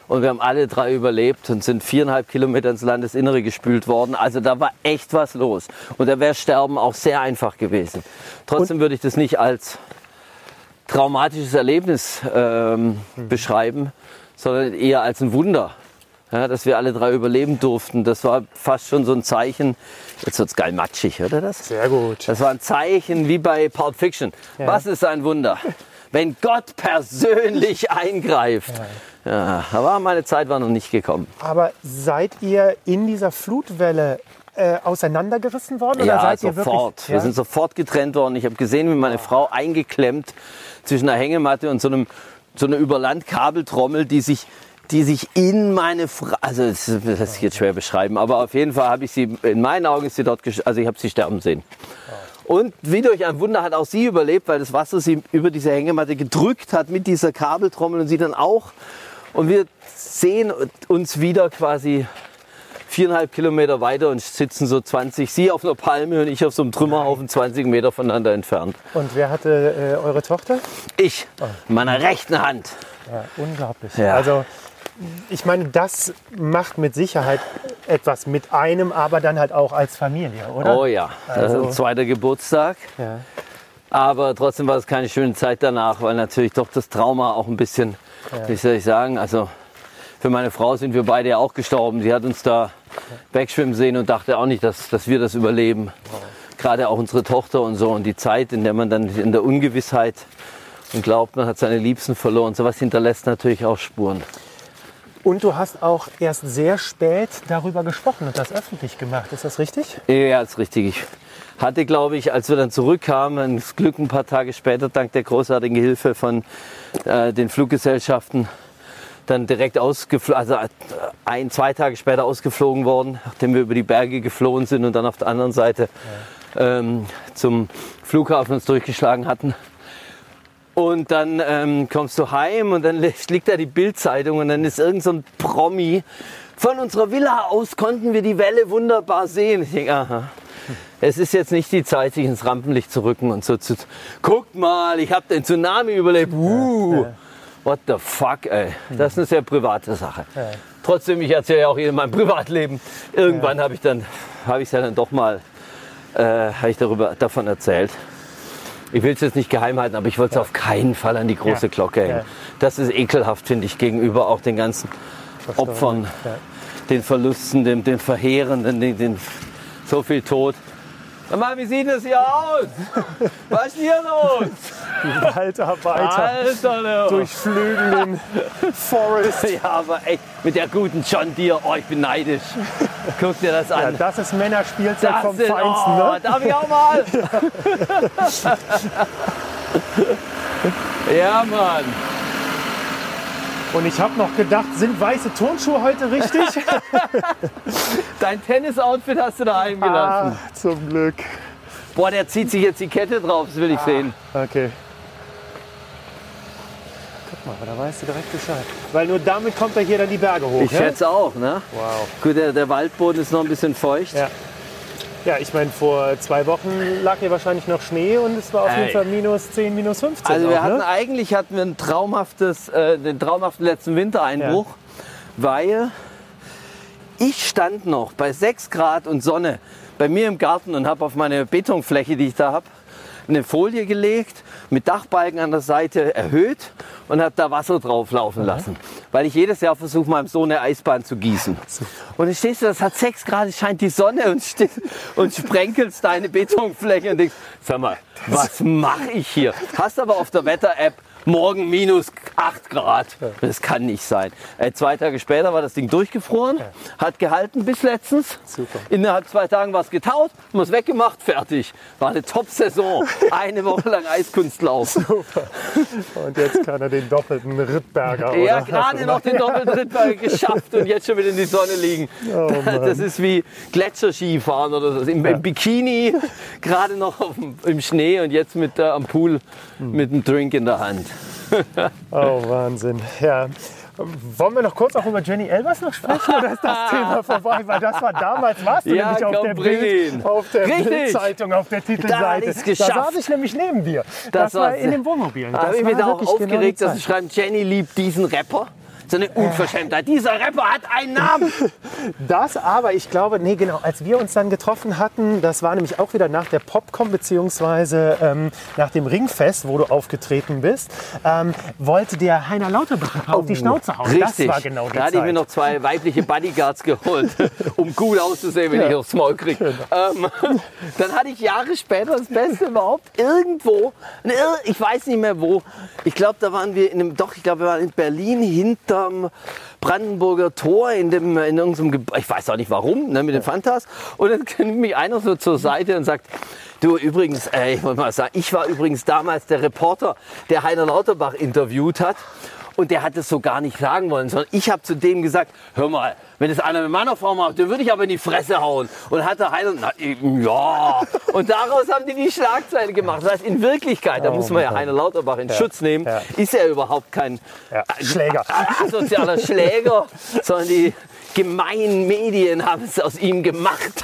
Und wir haben alle drei überlebt und sind viereinhalb Kilometer ins Landesinnere gespült worden. Also da war echt was los. Und da wäre Sterben auch sehr einfach gewesen. Trotzdem und? würde ich das nicht als traumatisches Erlebnis ähm, mhm. beschreiben, sondern eher als ein Wunder. Ja, dass wir alle drei überleben durften. Das war fast schon so ein Zeichen. Jetzt wird's geil matschig, oder das? Sehr gut. Das war ein Zeichen wie bei Pulp Fiction. Ja. Was ist ein Wunder? Wenn Gott persönlich eingreift. Ja. Ja, aber meine Zeit war noch nicht gekommen. Aber seid ihr in dieser Flutwelle äh, auseinandergerissen worden? Oder ja, seid sofort. Ihr wirklich, ja? Wir sind sofort getrennt worden. Ich habe gesehen, wie meine oh. Frau eingeklemmt zwischen einer Hängematte und so, einem, so einer Überlandkabeltrommel, die sich die sich in meine Frau, also das lässt sich jetzt schwer beschreiben, aber auf jeden Fall habe ich sie, in meinen Augen ist sie dort, also ich habe sie sterben sehen. Und wie durch ein Wunder hat auch sie überlebt, weil das Wasser sie über diese Hängematte gedrückt hat mit dieser Kabeltrommel und sie dann auch. Und wir sehen uns wieder quasi viereinhalb Kilometer weiter und sitzen so zwanzig, sie auf einer Palme und ich auf so einem Trümmerhaufen zwanzig Meter voneinander entfernt. Und wer hatte äh, eure Tochter? Ich, oh. in meiner rechten Hand. Ja, unglaublich. Ja. Also ich meine, das macht mit Sicherheit etwas mit einem, aber dann halt auch als Familie, oder? Oh ja, das also, ist ein zweiter Geburtstag. Ja. Aber trotzdem war es keine schöne Zeit danach, weil natürlich doch das Trauma auch ein bisschen, ja. wie soll ich sagen, also für meine Frau sind wir beide ja auch gestorben. Sie hat uns da wegschwimmen sehen und dachte auch nicht, dass, dass wir das überleben. Wow. Gerade auch unsere Tochter und so. Und die Zeit, in der man dann in der Ungewissheit und glaubt, man hat seine Liebsten verloren, sowas hinterlässt natürlich auch Spuren. Und du hast auch erst sehr spät darüber gesprochen und das öffentlich gemacht. Ist das richtig? Ja, das ist richtig. Ich hatte, glaube ich, als wir dann zurückkamen, das Glück ein paar Tage später, dank der großartigen Hilfe von äh, den Fluggesellschaften, dann direkt ausgeflogen, also ein, zwei Tage später ausgeflogen worden, nachdem wir über die Berge geflohen sind und dann auf der anderen Seite ja. ähm, zum Flughafen uns durchgeschlagen hatten. Und dann ähm, kommst du heim und dann liegt da die Bild-Zeitung und dann ist irgend so ein Promi. Von unserer Villa aus konnten wir die Welle wunderbar sehen. Ich denke, aha, es ist jetzt nicht die Zeit, sich ins Rampenlicht zu rücken und so zu... Guckt mal, ich habe den Tsunami überlebt. Uh, what the fuck, ey. Das ist eine sehr private Sache. Ja. Trotzdem, ich erzähle ja auch in meinem Privatleben. Irgendwann ja. habe ich dann, habe ich es ja dann doch mal, äh, habe ich darüber, davon erzählt. Ich will es jetzt nicht geheim halten, aber ich wollte es ja. auf keinen Fall an die große ja. Glocke hängen. Ja. Das ist ekelhaft, finde ich, gegenüber auch den ganzen Verstanden. Opfern, ja. den Verlusten, den, den Verheerenden, den, den, so viel Tod. Sag mal, wie sieht das hier aus? Was ist hier los? Die Waldarbeiter Alter, durchflügen den Forest. Ja, aber echt, mit der guten John Deere, oh, ich bin neidisch. Guck dir das an. Ja, das ist Männerspielzeug das vom sind, Feinsten. Oh, ne? Darf ich auch mal? Ja, Mann. Und ich habe noch gedacht, sind weiße Turnschuhe heute richtig? Dein Tennis-Outfit hast du daheim gelassen. Ah, zum Glück. Boah, der zieht sich jetzt die Kette drauf, das will ich ah, sehen. Okay. Guck mal, da weißt du direkt Bescheid. Weil nur damit kommt er hier dann die Berge hoch. Ich ja? schätze auch, ne? Wow. Gut, der, der Waldboden ist noch ein bisschen feucht. Ja. Ja, ich meine, vor zwei Wochen lag hier wahrscheinlich noch Schnee und es war auf Ey. jeden Fall minus zehn, minus fünfzehn. Also wir auch, hatten ne? eigentlich hatten wir ein traumhaftes, äh, den traumhaften letzten Wintereinbruch, ja. weil ich stand noch bei sechs Grad und Sonne bei mir im Garten und habe auf meine Betonfläche, die ich da habe, eine Folie gelegt, mit Dachbalken an der Seite erhöht und habe da Wasser drauf laufen mhm. lassen. Weil ich jedes Jahr versuche, meinem Sohn eine Eisbahn zu gießen. Und dann stehst du, das hat sechs Grad, es scheint die Sonne und, und sprenkelst deine Betonfläche und denkst, sag mal, was mache ich hier? Hast aber auf der Wetter-App morgen minus acht Grad. Das kann nicht sein. Äh, zwei Tage später war das Ding durchgefroren, hat gehalten bis letztens. Super. Innerhalb zwei Tagen war es getaut, haben es weggemacht, fertig. War eine Top-Saison. Eine Woche lang Eiskunstlauf. Super. Und jetzt kann er den doppelten Rittberger. Ja, gerade noch den doppelten Rittberger geschafft und jetzt schon wieder in die Sonne liegen. Oh, das ist wie Gletscherskifahren oder so. Im, im Bikini, gerade noch auf dem, im Schnee und jetzt mit, äh, am Pool mit einem Drink in der Hand. Oh, Wahnsinn. Ja. Wollen wir noch kurz auch über Jenny Elvers noch sprechen oder ist das Thema vorbei? Weil das war damals, warst du ja, nämlich auf der, Bild, auf der Bildzeitung, auf der Titelseite. Da, da saß ich nämlich neben dir. Das, das war in dem Wohnmobil. Da habe ich mich da auch aufgeregt, genau dass sie schreiben, Jenny liebt diesen Rapper. So eine Unverschämtheit. Dieser Rapper hat einen Namen. Das aber, ich glaube, nee, genau, als wir uns dann getroffen hatten, das war nämlich auch wieder nach der Popcom beziehungsweise ähm, nach dem Ringfest, wo du aufgetreten bist, ähm, wollte der Heiner Lauterbach auf die Schnauze hauen. Richtig. Das war genau die Da hatte Zeit. ich mir noch zwei weibliche Bodyguards geholt, um gut auszusehen, wenn Ja. ich aufs Maul kriege. Ähm, dann hatte ich Jahre später das Beste überhaupt irgendwo, ich weiß nicht mehr wo, ich glaube, da waren wir in einem, doch, ich glaube, wir waren in Berlin hinterm Brandenburger Tor in dem, in irgendeinem, Ge- ich weiß auch nicht warum, ne, mit den Fantas. Und dann nimmt mich einer so zur Seite und sagt, du übrigens, äh, ich wollte mal sagen, ich war übrigens damals der Reporter, der Heiner Lauterbach interviewt hat. Und der hat es so gar nicht sagen wollen, sondern ich habe zu dem gesagt, hör mal, wenn das einer mit meiner Frau macht, dann würde ich aber in die Fresse hauen. Und hat der Heiner, na, eben, ja. Und daraus haben die die Schlagzeile gemacht. Das heißt, in Wirklichkeit, da Oh muss man ja mein Heiner Lauterbach in Ja. Schutz nehmen, Ja. ist er überhaupt kein Ja. Schläger. asozialer Schläger, sondern die gemeinen Medien haben es aus ihm gemacht.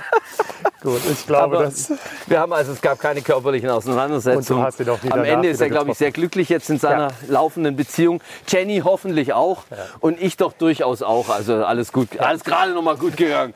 Gut, ich glaube, Aber das... wir haben also, es gab keine körperlichen Auseinandersetzungen. Und du hast ihn auch nie Am danach Ende ist er, wieder glaube ich, sehr glücklich jetzt in seiner Ja. laufenden Beziehung. Jenny hoffentlich auch. Und ich doch durchaus auch. Also alles gut, alles gerade noch mal gut gegangen.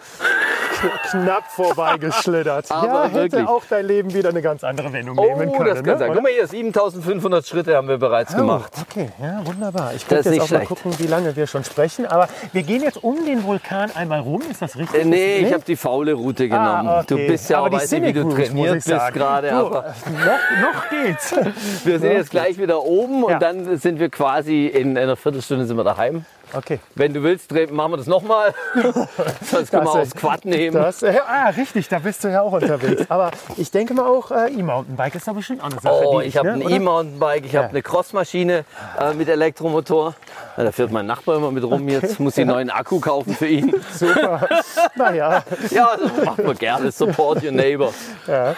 knapp vorbeigeschlittert. Aber ja, hätte wirklich. auch dein Leben wieder eine ganz andere Wendung nehmen Oh, können. das kann ne? sein. Oder? Guck mal hier, siebentausendfünfhundert Schritte haben wir bereits gemacht. Oh, okay, ja, wunderbar. Ich Das könnte ist jetzt nicht auch mal schlecht. gucken, wie lange wir schon sprechen. Aber wir gehen jetzt um den Vulkan einmal rum. Ist das richtig? Äh, nee, ich habe die faule Route genommen. Ah, okay. Du bist ja Aber auch, die weiß nicht, wie du Scenic Route, trainiert muss ich bist sagen. gerade. Du, Aber noch, noch geht's. wir sind jetzt gleich wieder oben und Ja. dann sind wir quasi in einer Viertelstunde sind wir daheim. Okay. Wenn du willst, dreh- machen wir das nochmal. Sonst können wir Das, äh, aufs Quad nehmen. Das, äh, ah, richtig, da bist du ja auch unterwegs. Aber ich denke mal auch, äh, E-Mountainbike ist da bestimmt auch eine Sache. Oh, die ich habe ne, ein oder? E-Mountainbike, ich Ja. habe eine Crossmaschine äh, mit Elektromotor. Ja, da fährt mein Nachbar immer mit rum. Jetzt muss ich einen neuen Akku kaufen für ihn. Super. Naja, Ja, das macht man gerne. Support your neighbor. ja.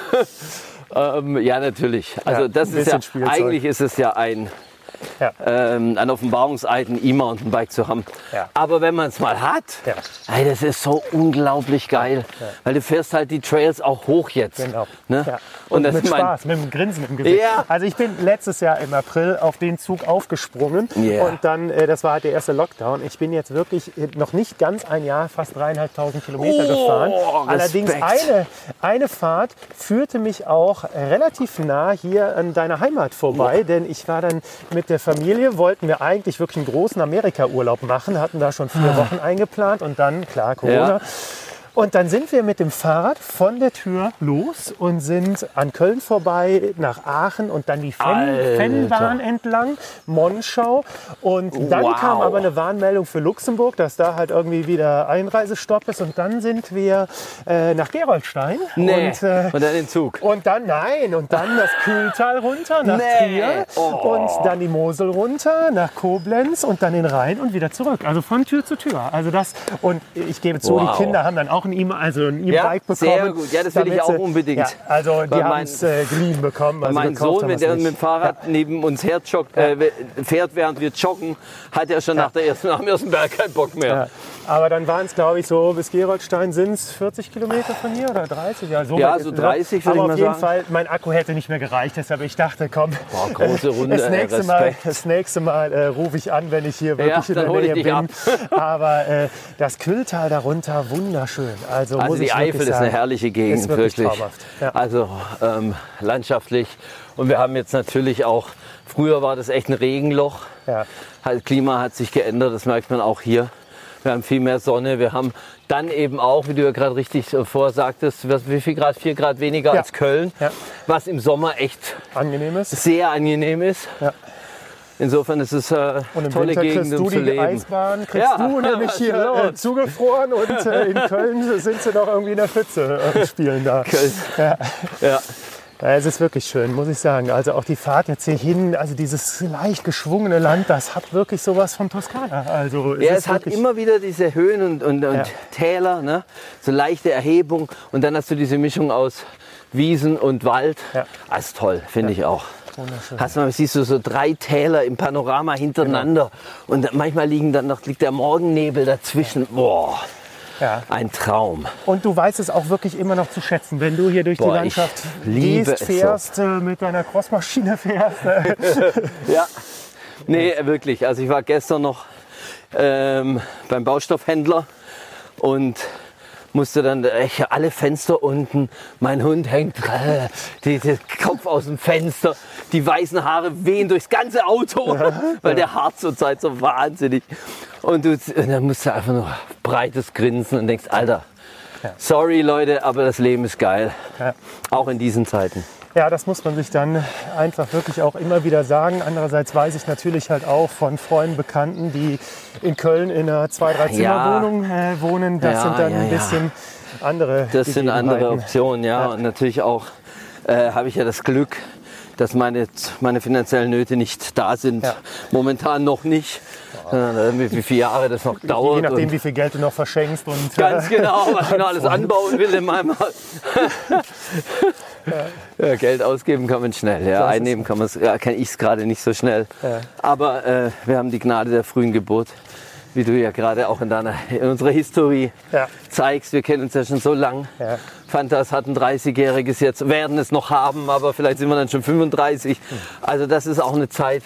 Ähm, ja, natürlich. Also Ja, das ein ist ja, bisschen Spielzeug. eigentlich ist es ja ein, Ja. ähm, ein Offenbarungseid, ein E-Mountainbike zu haben. Ja. Aber wenn man es mal hat, Ja. ey, das ist so unglaublich geil. Weil du fährst halt die Trails auch hoch jetzt. Genau. Ne? Ja. Und, Und, das mit ist mein, Spaß, mit einem Grinsen im Gesicht. Ja. Also ich bin letztes Jahr im April auf den Zug aufgesprungen Yeah. und dann, äh, das war halt der erste Lockdown. Ich bin jetzt wirklich äh, noch nicht ganz ein Jahr, fast dreieinhalbtausend Kilometer Oh, gefahren. Allerdings Respekt. eine, eine Fahrt führte mich auch relativ nah hier an deiner Heimat vorbei, denn ich war dann mit der Familie, wollten wir eigentlich wirklich einen großen Amerika-Urlaub machen, hatten da schon vier Wochen eingeplant und dann, klar, Corona. Ja. Und dann sind wir mit dem Fahrrad von der Tür los und sind an Köln vorbei, nach Aachen und dann die Alter. Fenn Fennbahn entlang, Monschau. Und dann Wow. kam aber eine Warnmeldung für Luxemburg, dass da halt irgendwie wieder Einreisestopp ist. Und dann sind wir äh, nach Gerolstein. nee. Und, äh, und dann den Zug. und dann, nein, und dann das Kühltal runter nach Nee. Trier Oh. und dann die Mosel runter nach Koblenz und dann den Rhein und wieder zurück. Also von Tür zu Tür. Also das, und ich gebe zu, Wow. die Kinder haben dann auch ein E- also ein Ja, E-Bike bekommen. sehr gut. Ja, das will ich damit auch sie- unbedingt. Ja, also die Weil haben mein- es äh, geliehen bekommen. Also mein gekauft Sohn, haben wenn wir's der nicht. mit dem Fahrrad neben uns her joggt, äh, fährt, während wir joggen, hat er schon nach, der ersten, nach dem ersten Berg keinen Bock mehr. Ja. Aber dann waren es, glaube ich, so bis Gerolstein sind es vierzig Kilometer von hier oder dreißig? Ja, so, Ja, weit so ist es. dreißig würde Aber ich auf mal jeden sagen. Fall, mein Akku hätte nicht mehr gereicht. Deshalb ich dachte, komm, Boah, große Runde, das ey, nächste Mal, Respekt. das nächste Mal äh, rufe ich an, wenn ich hier wirklich in dann der hol ich Nähe dich bin. ab. Aber äh, das Kühltal darunter, wunderschön. Also, Also muss die ich Eifel wirklich ist sagen, eine herrliche Gegend, ist wirklich, wirklich. traumhaft. Ja. Also ähm, landschaftlich. Und wir haben jetzt natürlich auch, früher war das echt ein Regenloch. Ja. Halt, Klima hat sich geändert, das merkt man auch hier. Wir haben viel mehr Sonne. Wir haben dann eben auch, wie du ja gerade richtig äh, vorsagtest, was- wie viel Grad? Vier Grad weniger Ja. als Köln. Ja. Was im Sommer echt Angenehm ist. sehr angenehm ist. Ja. Insofern ist es äh, Und im tolle Winter Gegend, kriegst um du zu die leben. Eisbahn, kriegst Ja, du nämlich was hier los? äh, zugefroren und äh, in Köln sind sie noch irgendwie in der Pfütze äh, spielen da. Köln. Ja. Ja. Ja, es ist wirklich schön, muss ich sagen. Also auch die Fahrt jetzt hier hin, also dieses leicht geschwungene Land, das hat wirklich sowas von Toskana. Also es Ja, ist es hat wirklich, immer wieder diese Höhen und, und, und Ja. Täler, ne? So leichte Erhebung und dann hast du diese Mischung aus Wiesen und Wald. Ja. Das ist toll, finde ich auch. wunderschön. Hast du mal, siehst du so drei Täler im Panorama hintereinander und manchmal liegen dann noch, liegt der Morgennebel dazwischen. Boah, Ja. ein Traum. Und du weißt es auch wirklich immer noch zu schätzen, wenn du hier durch Boah, die Landschaft ich liebe gehst, es fährst, äh, mit deiner Crossmaschine fährst. Äh, Ja, nee, wirklich. Also ich war gestern noch ähm, beim Baustoffhändler und musste dann äh, alle Fenster unten, mein Hund hängt, äh, die, der Kopf aus dem Fenster, die weißen Haare wehen durchs ganze Auto, ja, weil ja. der hart zur Zeit so wahnsinnig. Und, du, und dann musst du einfach nur breites Grinsen und denkst, Alter, ja. sorry Leute, aber das Leben ist geil, ja. auch in diesen Zeiten. Ja, das muss man sich dann einfach wirklich auch immer wieder sagen. Andererseits weiß ich natürlich halt auch von Freunden, Bekannten, die in Köln in einer Zwei-, Drei-Zimmer-Wohnung ja. äh, wohnen. Das ja, sind dann ja, ein bisschen ja. andere Das sind andere Optionen, ja. ja. Und natürlich auch äh, habe ich ja das Glück, dass meine, meine finanziellen Nöte nicht da sind. Ja. Momentan noch nicht. Äh, wie, wie viele Jahre das noch dauert. Je nachdem, wie viel Geld du noch verschenkst. Und, ganz genau, was ich noch alles anbauen will in meinem Haus. Ja. Ja, Geld ausgeben kann man schnell, ja. Einnehmen kann, ja, kann ich es gerade nicht so schnell. Ja. Aber äh, wir haben die Gnade der frühen Geburt, wie du ja gerade auch in, deiner, in unserer Historie ja. zeigst. Wir kennen uns ja schon so lang. Ja. Fantas hat ein dreißigjähriges jetzt, werden es noch haben, aber vielleicht sind wir dann schon fünfunddreißig. Also das ist auch eine Zeit,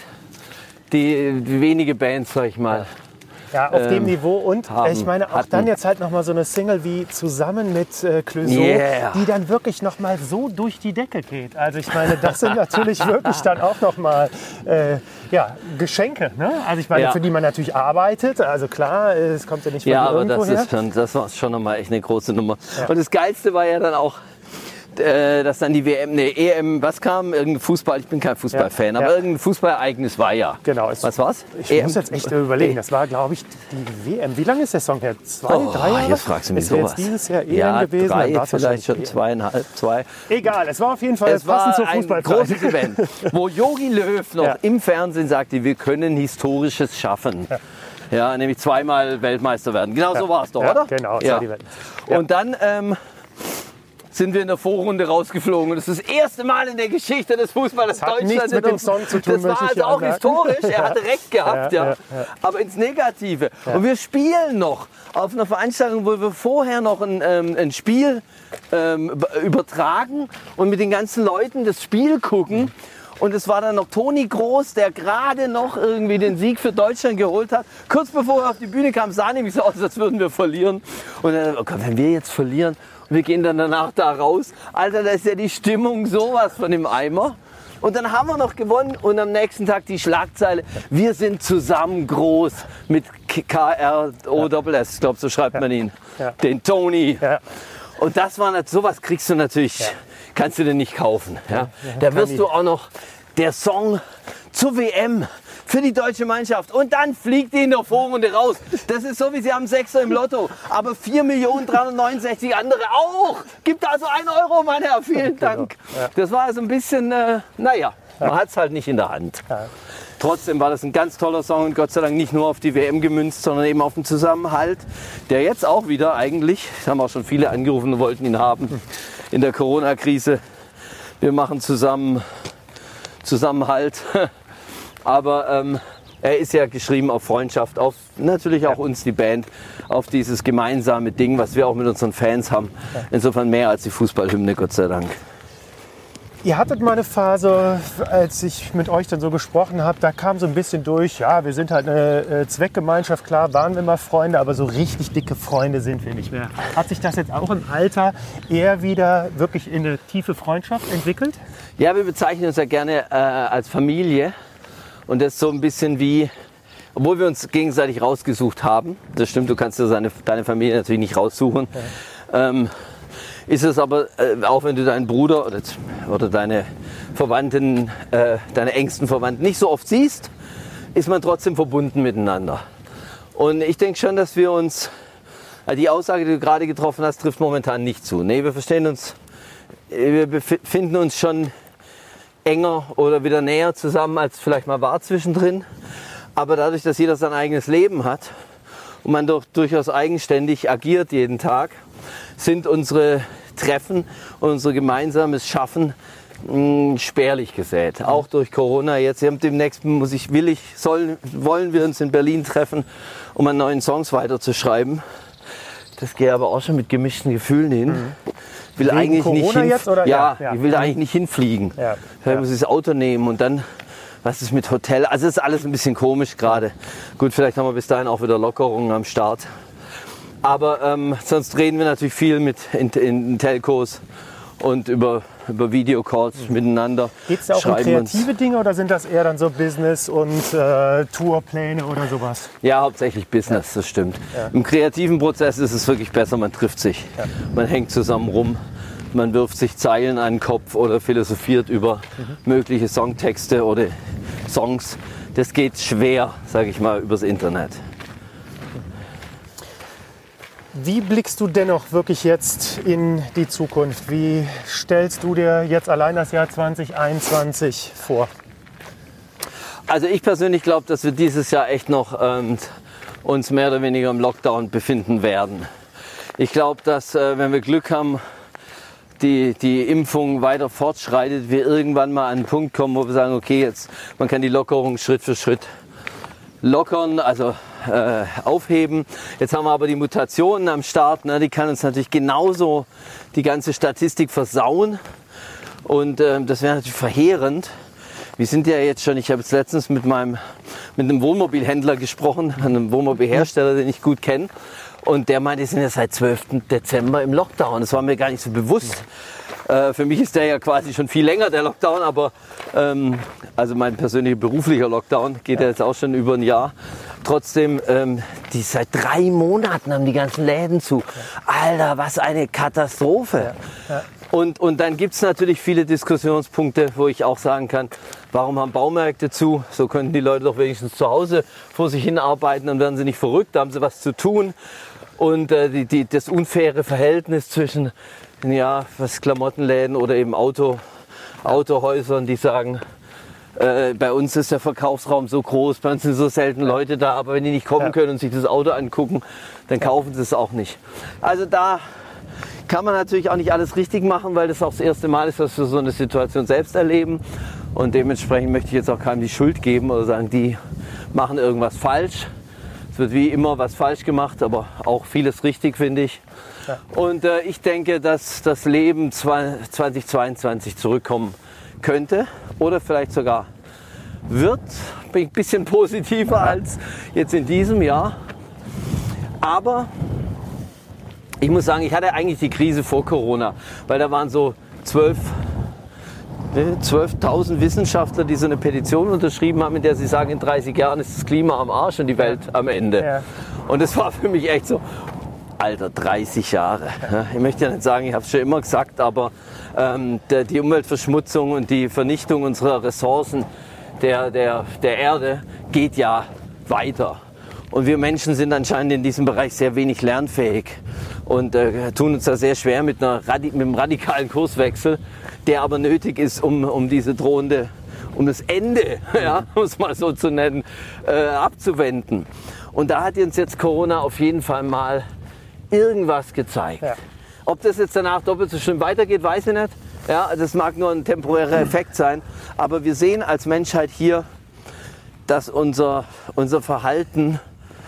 die, die wenige Bands, sag ich mal, ja, auf ähm, dem Niveau und haben, ich meine auch hatten. Dann jetzt halt nochmal so eine Single wie Zusammen mit äh, Clouseau, yeah. die dann wirklich nochmal so durch die Decke geht. Also ich meine, das sind natürlich wirklich dann auch nochmal äh, ja, Geschenke. Ne? Also ich meine, ja. für die man natürlich arbeitet. Also klar, es kommt ja nicht von ja, aber irgendwo das her. Ist schon, das war schon nochmal echt eine große Nummer. Ja. Und das Geilste war ja dann auch, dass dann die W M, nee, E M, was kam? Irgendein Fußball, ich bin kein Fußballfan, ja, ja. aber irgendein Fußballereignis war ja. Genau. Was war's? Ich E M? Muss jetzt echt überlegen, das war, glaube ich, die W M. Wie lange ist der Song her? Zwei, oh, drei Jahre? Jetzt fragst du mich ist sowas. Jetzt dieses Jahr E M ja, gewesen? Drei, dann vielleicht schon zweieinhalb, zwei. Egal, es war auf jeden Fall es passend zur Fußballzeit. Ein großes Event, wo Jogi Löw noch ja. im Fernsehen sagte, wir können Historisches schaffen. Ja. Ja, nämlich zweimal Weltmeister werden. Genau ja. so war es doch, ja, oder? Genau, ja. war die Welt. Ja. Und dann ähm, sind wir in der Vorrunde rausgeflogen. Und das ist das erste Mal in der Geschichte des Fußballs, das dass Deutschland... nichts mit dem Song zu tun, das war also auch historisch. Er hatte recht gehabt, ja, ja. ja. aber ins Negative. Ja. Und wir spielen noch auf einer Veranstaltung, wo wir vorher noch ein, ähm, ein Spiel ähm, übertragen und mit den ganzen Leuten das Spiel gucken. Und es war dann noch Toni Groß, der gerade noch irgendwie den Sieg für Deutschland geholt hat. Kurz bevor er auf die Bühne kam, sah nämlich so aus, als würden wir verlieren. Und dann, oh Gott, wenn wir jetzt verlieren, wir gehen dann danach da raus. Alter, da ist ja die Stimmung sowas von dem Eimer. Und dann haben wir noch gewonnen und am nächsten Tag die Schlagzeile, wir sind zusammen groß mit K R O S S, ich glaube, so schreibt ja. man ihn, ja. den Toni. Ja. Und das war, sowas kriegst du natürlich, ja. kannst du dir nicht kaufen. Ja? Ja, da wirst du auch noch der Song zur W M für die deutsche Mannschaft und dann fliegt die in der Vorrunde raus. Das ist so, wie sie haben Sechser im Lotto, aber vier Millionen dreihundertneunundsechzig andere auch. Gibt also ein Euro, mein Herr, vielen Dank. Das war also ein bisschen, äh, naja, man hat es halt nicht in der Hand. Trotzdem war das ein ganz toller Song und Gott sei Dank nicht nur auf die W M gemünzt, sondern eben auf den Zusammenhalt, der jetzt auch wieder eigentlich, das haben auch schon viele angerufen und wollten ihn haben, in der Corona-Krise. Wir machen zusammen Zusammenhalt. Aber ähm, er ist ja geschrieben auf Freundschaft, auf natürlich auch uns, die Band, auf dieses gemeinsame Ding, was wir auch mit unseren Fans haben. Insofern mehr als die Fußballhymne, Gott sei Dank. Ihr hattet mal eine Phase, als ich mit euch dann so gesprochen habe, da kam so ein bisschen durch, ja, wir sind halt eine äh, Zweckgemeinschaft, klar waren wir mal Freunde, aber so richtig dicke Freunde sind wir nicht mehr. Hat sich das jetzt auch im Alter eher wieder wirklich in eine tiefe Freundschaft entwickelt? Ja, wir bezeichnen uns ja gerne äh, als Familie und das ist so ein bisschen wie, obwohl wir uns gegenseitig rausgesucht haben, das stimmt, du kannst ja seine, deine Familie natürlich nicht raussuchen, ja. ähm, ist es aber, äh, auch wenn du deinen Bruder oder, oder deine Verwandten, äh, deine engsten Verwandten nicht so oft siehst, ist man trotzdem verbunden miteinander. Und ich denke schon, dass wir uns, äh, die Aussage, die du gerade getroffen hast, trifft momentan nicht zu. Nee, wir verstehen uns, wir befinden uns schon enger oder wieder näher zusammen, als vielleicht mal war zwischendrin. Aber dadurch, dass jeder sein eigenes Leben hat und man doch durchaus eigenständig agiert jeden Tag, sind unsere Treffen und unser gemeinsames Schaffen mh, spärlich gesät. Auch durch Corona jetzt. Demnächst muss ich, will ich, soll, wollen wir uns in Berlin treffen, um an neuen Songs weiterzuschreiben. Das geht aber auch schon mit gemischten Gefühlen hin. Mhm. Ich will Wegen eigentlich Corona nicht hin, jetzt, oder? Ja, Ja, ja, ich will da eigentlich nicht hinfliegen. Ja, Ich muss das Auto nehmen und dann Was ist mit Hotel? Also es ist alles ein bisschen komisch gerade. Gut, vielleicht haben wir bis dahin auch wieder Lockerungen am Start. Aber ähm, sonst reden wir natürlich viel mit in, in Telcos und über, über Videocalls mhm. miteinander. Geht es da auch um kreative Dinge oder sind das eher dann so Business und äh, Tourpläne oder sowas? Ja, hauptsächlich Business, ja. Das stimmt. Ja. Im kreativen Prozess ist es wirklich besser, man trifft sich. Ja. Man hängt zusammen rum, man wirft sich Zeilen an den Kopf oder philosophiert über mhm. mögliche Songtexte oder Songs. Das geht schwer, sage ich mal, übers Internet. Wie blickst du dennoch wirklich jetzt in die Zukunft? Wie stellst du dir jetzt allein das Jahr zwanzig einundzwanzig vor? Also ich persönlich glaube, dass wir dieses Jahr echt noch ähm, uns mehr oder weniger im Lockdown befinden werden. Ich glaube, dass äh, wenn wir Glück haben, die, die Impfung weiter fortschreitet, wir irgendwann mal an einen Punkt kommen, wo wir sagen, okay, jetzt man kann die Lockerung Schritt für Schritt lockern, also äh, aufheben. Jetzt haben wir aber die Mutationen am Start, ne, die kann uns natürlich genauso die ganze Statistik versauen und äh, das wäre natürlich verheerend. Wir sind ja jetzt schon, ich habe jetzt letztens mit meinem mit einem Wohnmobilhändler gesprochen, einem Wohnmobilhersteller, den ich gut kenne, und der meinte, die sind ja seit zwölften Dezember im Lockdown. Das war mir gar nicht so bewusst. Äh, für mich ist der ja quasi schon viel länger, der Lockdown, aber ähm, also mein persönlicher beruflicher Lockdown geht ja jetzt auch schon über ein Jahr. Trotzdem, ähm, die seit drei Monaten haben die ganzen Läden zu. Alter, was eine Katastrophe. Ja. Ja. Und, und dann gibt es natürlich viele Diskussionspunkte, wo ich auch sagen kann, warum haben Baumärkte zu? So könnten die Leute doch wenigstens zu Hause vor sich hin arbeiten, dann werden sie nicht verrückt, da haben sie was zu tun. Und äh, die, die, das unfaire Verhältnis zwischen ja, was Klamottenläden oder eben Auto, Autohäusern, die sagen, äh, bei uns ist der Verkaufsraum so groß, bei uns sind so selten Leute da, aber wenn die nicht kommen ja. können und sich das Auto angucken, dann kaufen sie es auch nicht. Also da kann man natürlich auch nicht alles richtig machen, weil das auch das erste Mal ist, dass wir so eine Situation selbst erleben. Und dementsprechend möchte ich jetzt auch keinem die Schuld geben oder sagen, die machen irgendwas falsch. Es wird wie immer was falsch gemacht, aber auch vieles richtig, finde ich. Ja. Und äh, ich denke, dass das Leben zwanzig zweiundzwanzig zurückkommen könnte oder vielleicht sogar wird. Bin ein bisschen positiver als jetzt in diesem Jahr. Aber ich muss sagen, ich hatte eigentlich die Krise vor Corona, weil da waren so zwölf, zwölftausend Wissenschaftler, die so eine Petition unterschrieben haben, in der sie sagen, in dreißig Jahren ist das Klima am Arsch und die Welt am Ende. Ja. Und das war für mich echt so, Alter, dreißig Jahre. Ich möchte ja nicht sagen, ich habe es schon immer gesagt, aber ähm, der, die Umweltverschmutzung und die Vernichtung unserer Ressourcen der, der, der Erde geht ja weiter. Und wir Menschen sind anscheinend in diesem Bereich sehr wenig lernfähig und äh, tun uns da sehr schwer mit, einer Radi- mit einem radikalen Kurswechsel, der aber nötig ist, um, um diese drohende, um das Ende, ja, um es mal so zu nennen, äh, abzuwenden. Und da hat uns jetzt Corona auf jeden Fall mal irgendwas gezeigt. Ja. Ob das jetzt danach doppelt so schlimm weitergeht, weiß ich nicht. Ja, das mag nur ein temporärer Effekt sein. Aber wir sehen als Menschheit hier, dass unser, unser Verhalten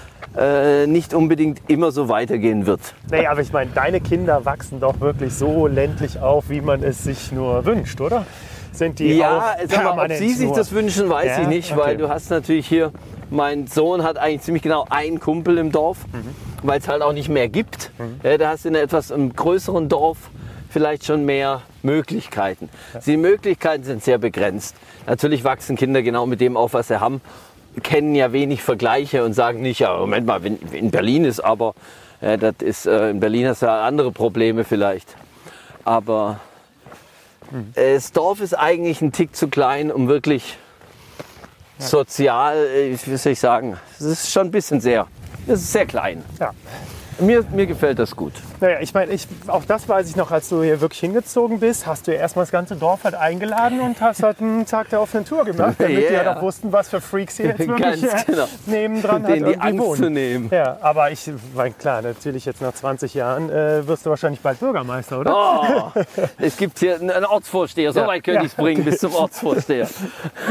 äh, nicht unbedingt immer so weitergehen wird. Naja, aber ich meine, deine Kinder wachsen doch wirklich so ländlich auf, wie man es sich nur wünscht, oder? Sind die ja, auch sag mal, ob sie sich das wünschen, weiß ja? ich nicht, okay. Weil du hast natürlich hier, mein Sohn hat eigentlich ziemlich genau einen Kumpel im Dorf, mhm. weil es halt auch nicht mehr gibt. Mhm. Ja, da hast du in etwas einem größeren Dorf vielleicht schon mehr Möglichkeiten. Ja. Die Möglichkeiten sind sehr begrenzt. Natürlich wachsen Kinder genau mit dem auf, was sie haben, kennen ja wenig Vergleiche und sagen nicht, ja, Moment mal, wenn in Berlin ist, aber ja, das ist, äh, in Berlin hast du ja andere Probleme vielleicht. Aber mhm. äh, das Dorf ist eigentlich ein Tick zu klein, um wirklich ja. sozial, äh, wie soll ich sagen, es ist schon ein bisschen sehr, es ist sehr klein. Ja. Mir, mir gefällt das gut. Naja, ich meine, ich, auch das weiß ich noch, als du hier wirklich hingezogen bist, hast du ja erstmal das ganze Dorf halt eingeladen und hast halt einen Tag der offenen Tour gemacht, damit yeah. die ja doch wussten, was für Freaks hier jetzt wirklich äh, genau. nebendran halt die Angst wohnen. Zu nehmen. Ja, aber ich, weil klar, natürlich jetzt nach zwanzig Jahren äh, wirst du wahrscheinlich bald Bürgermeister, oder? Oh, es gibt hier einen Ortsvorsteher, so ja. weit könnte ja. ich es bringen, bis zum Ortsvorsteher.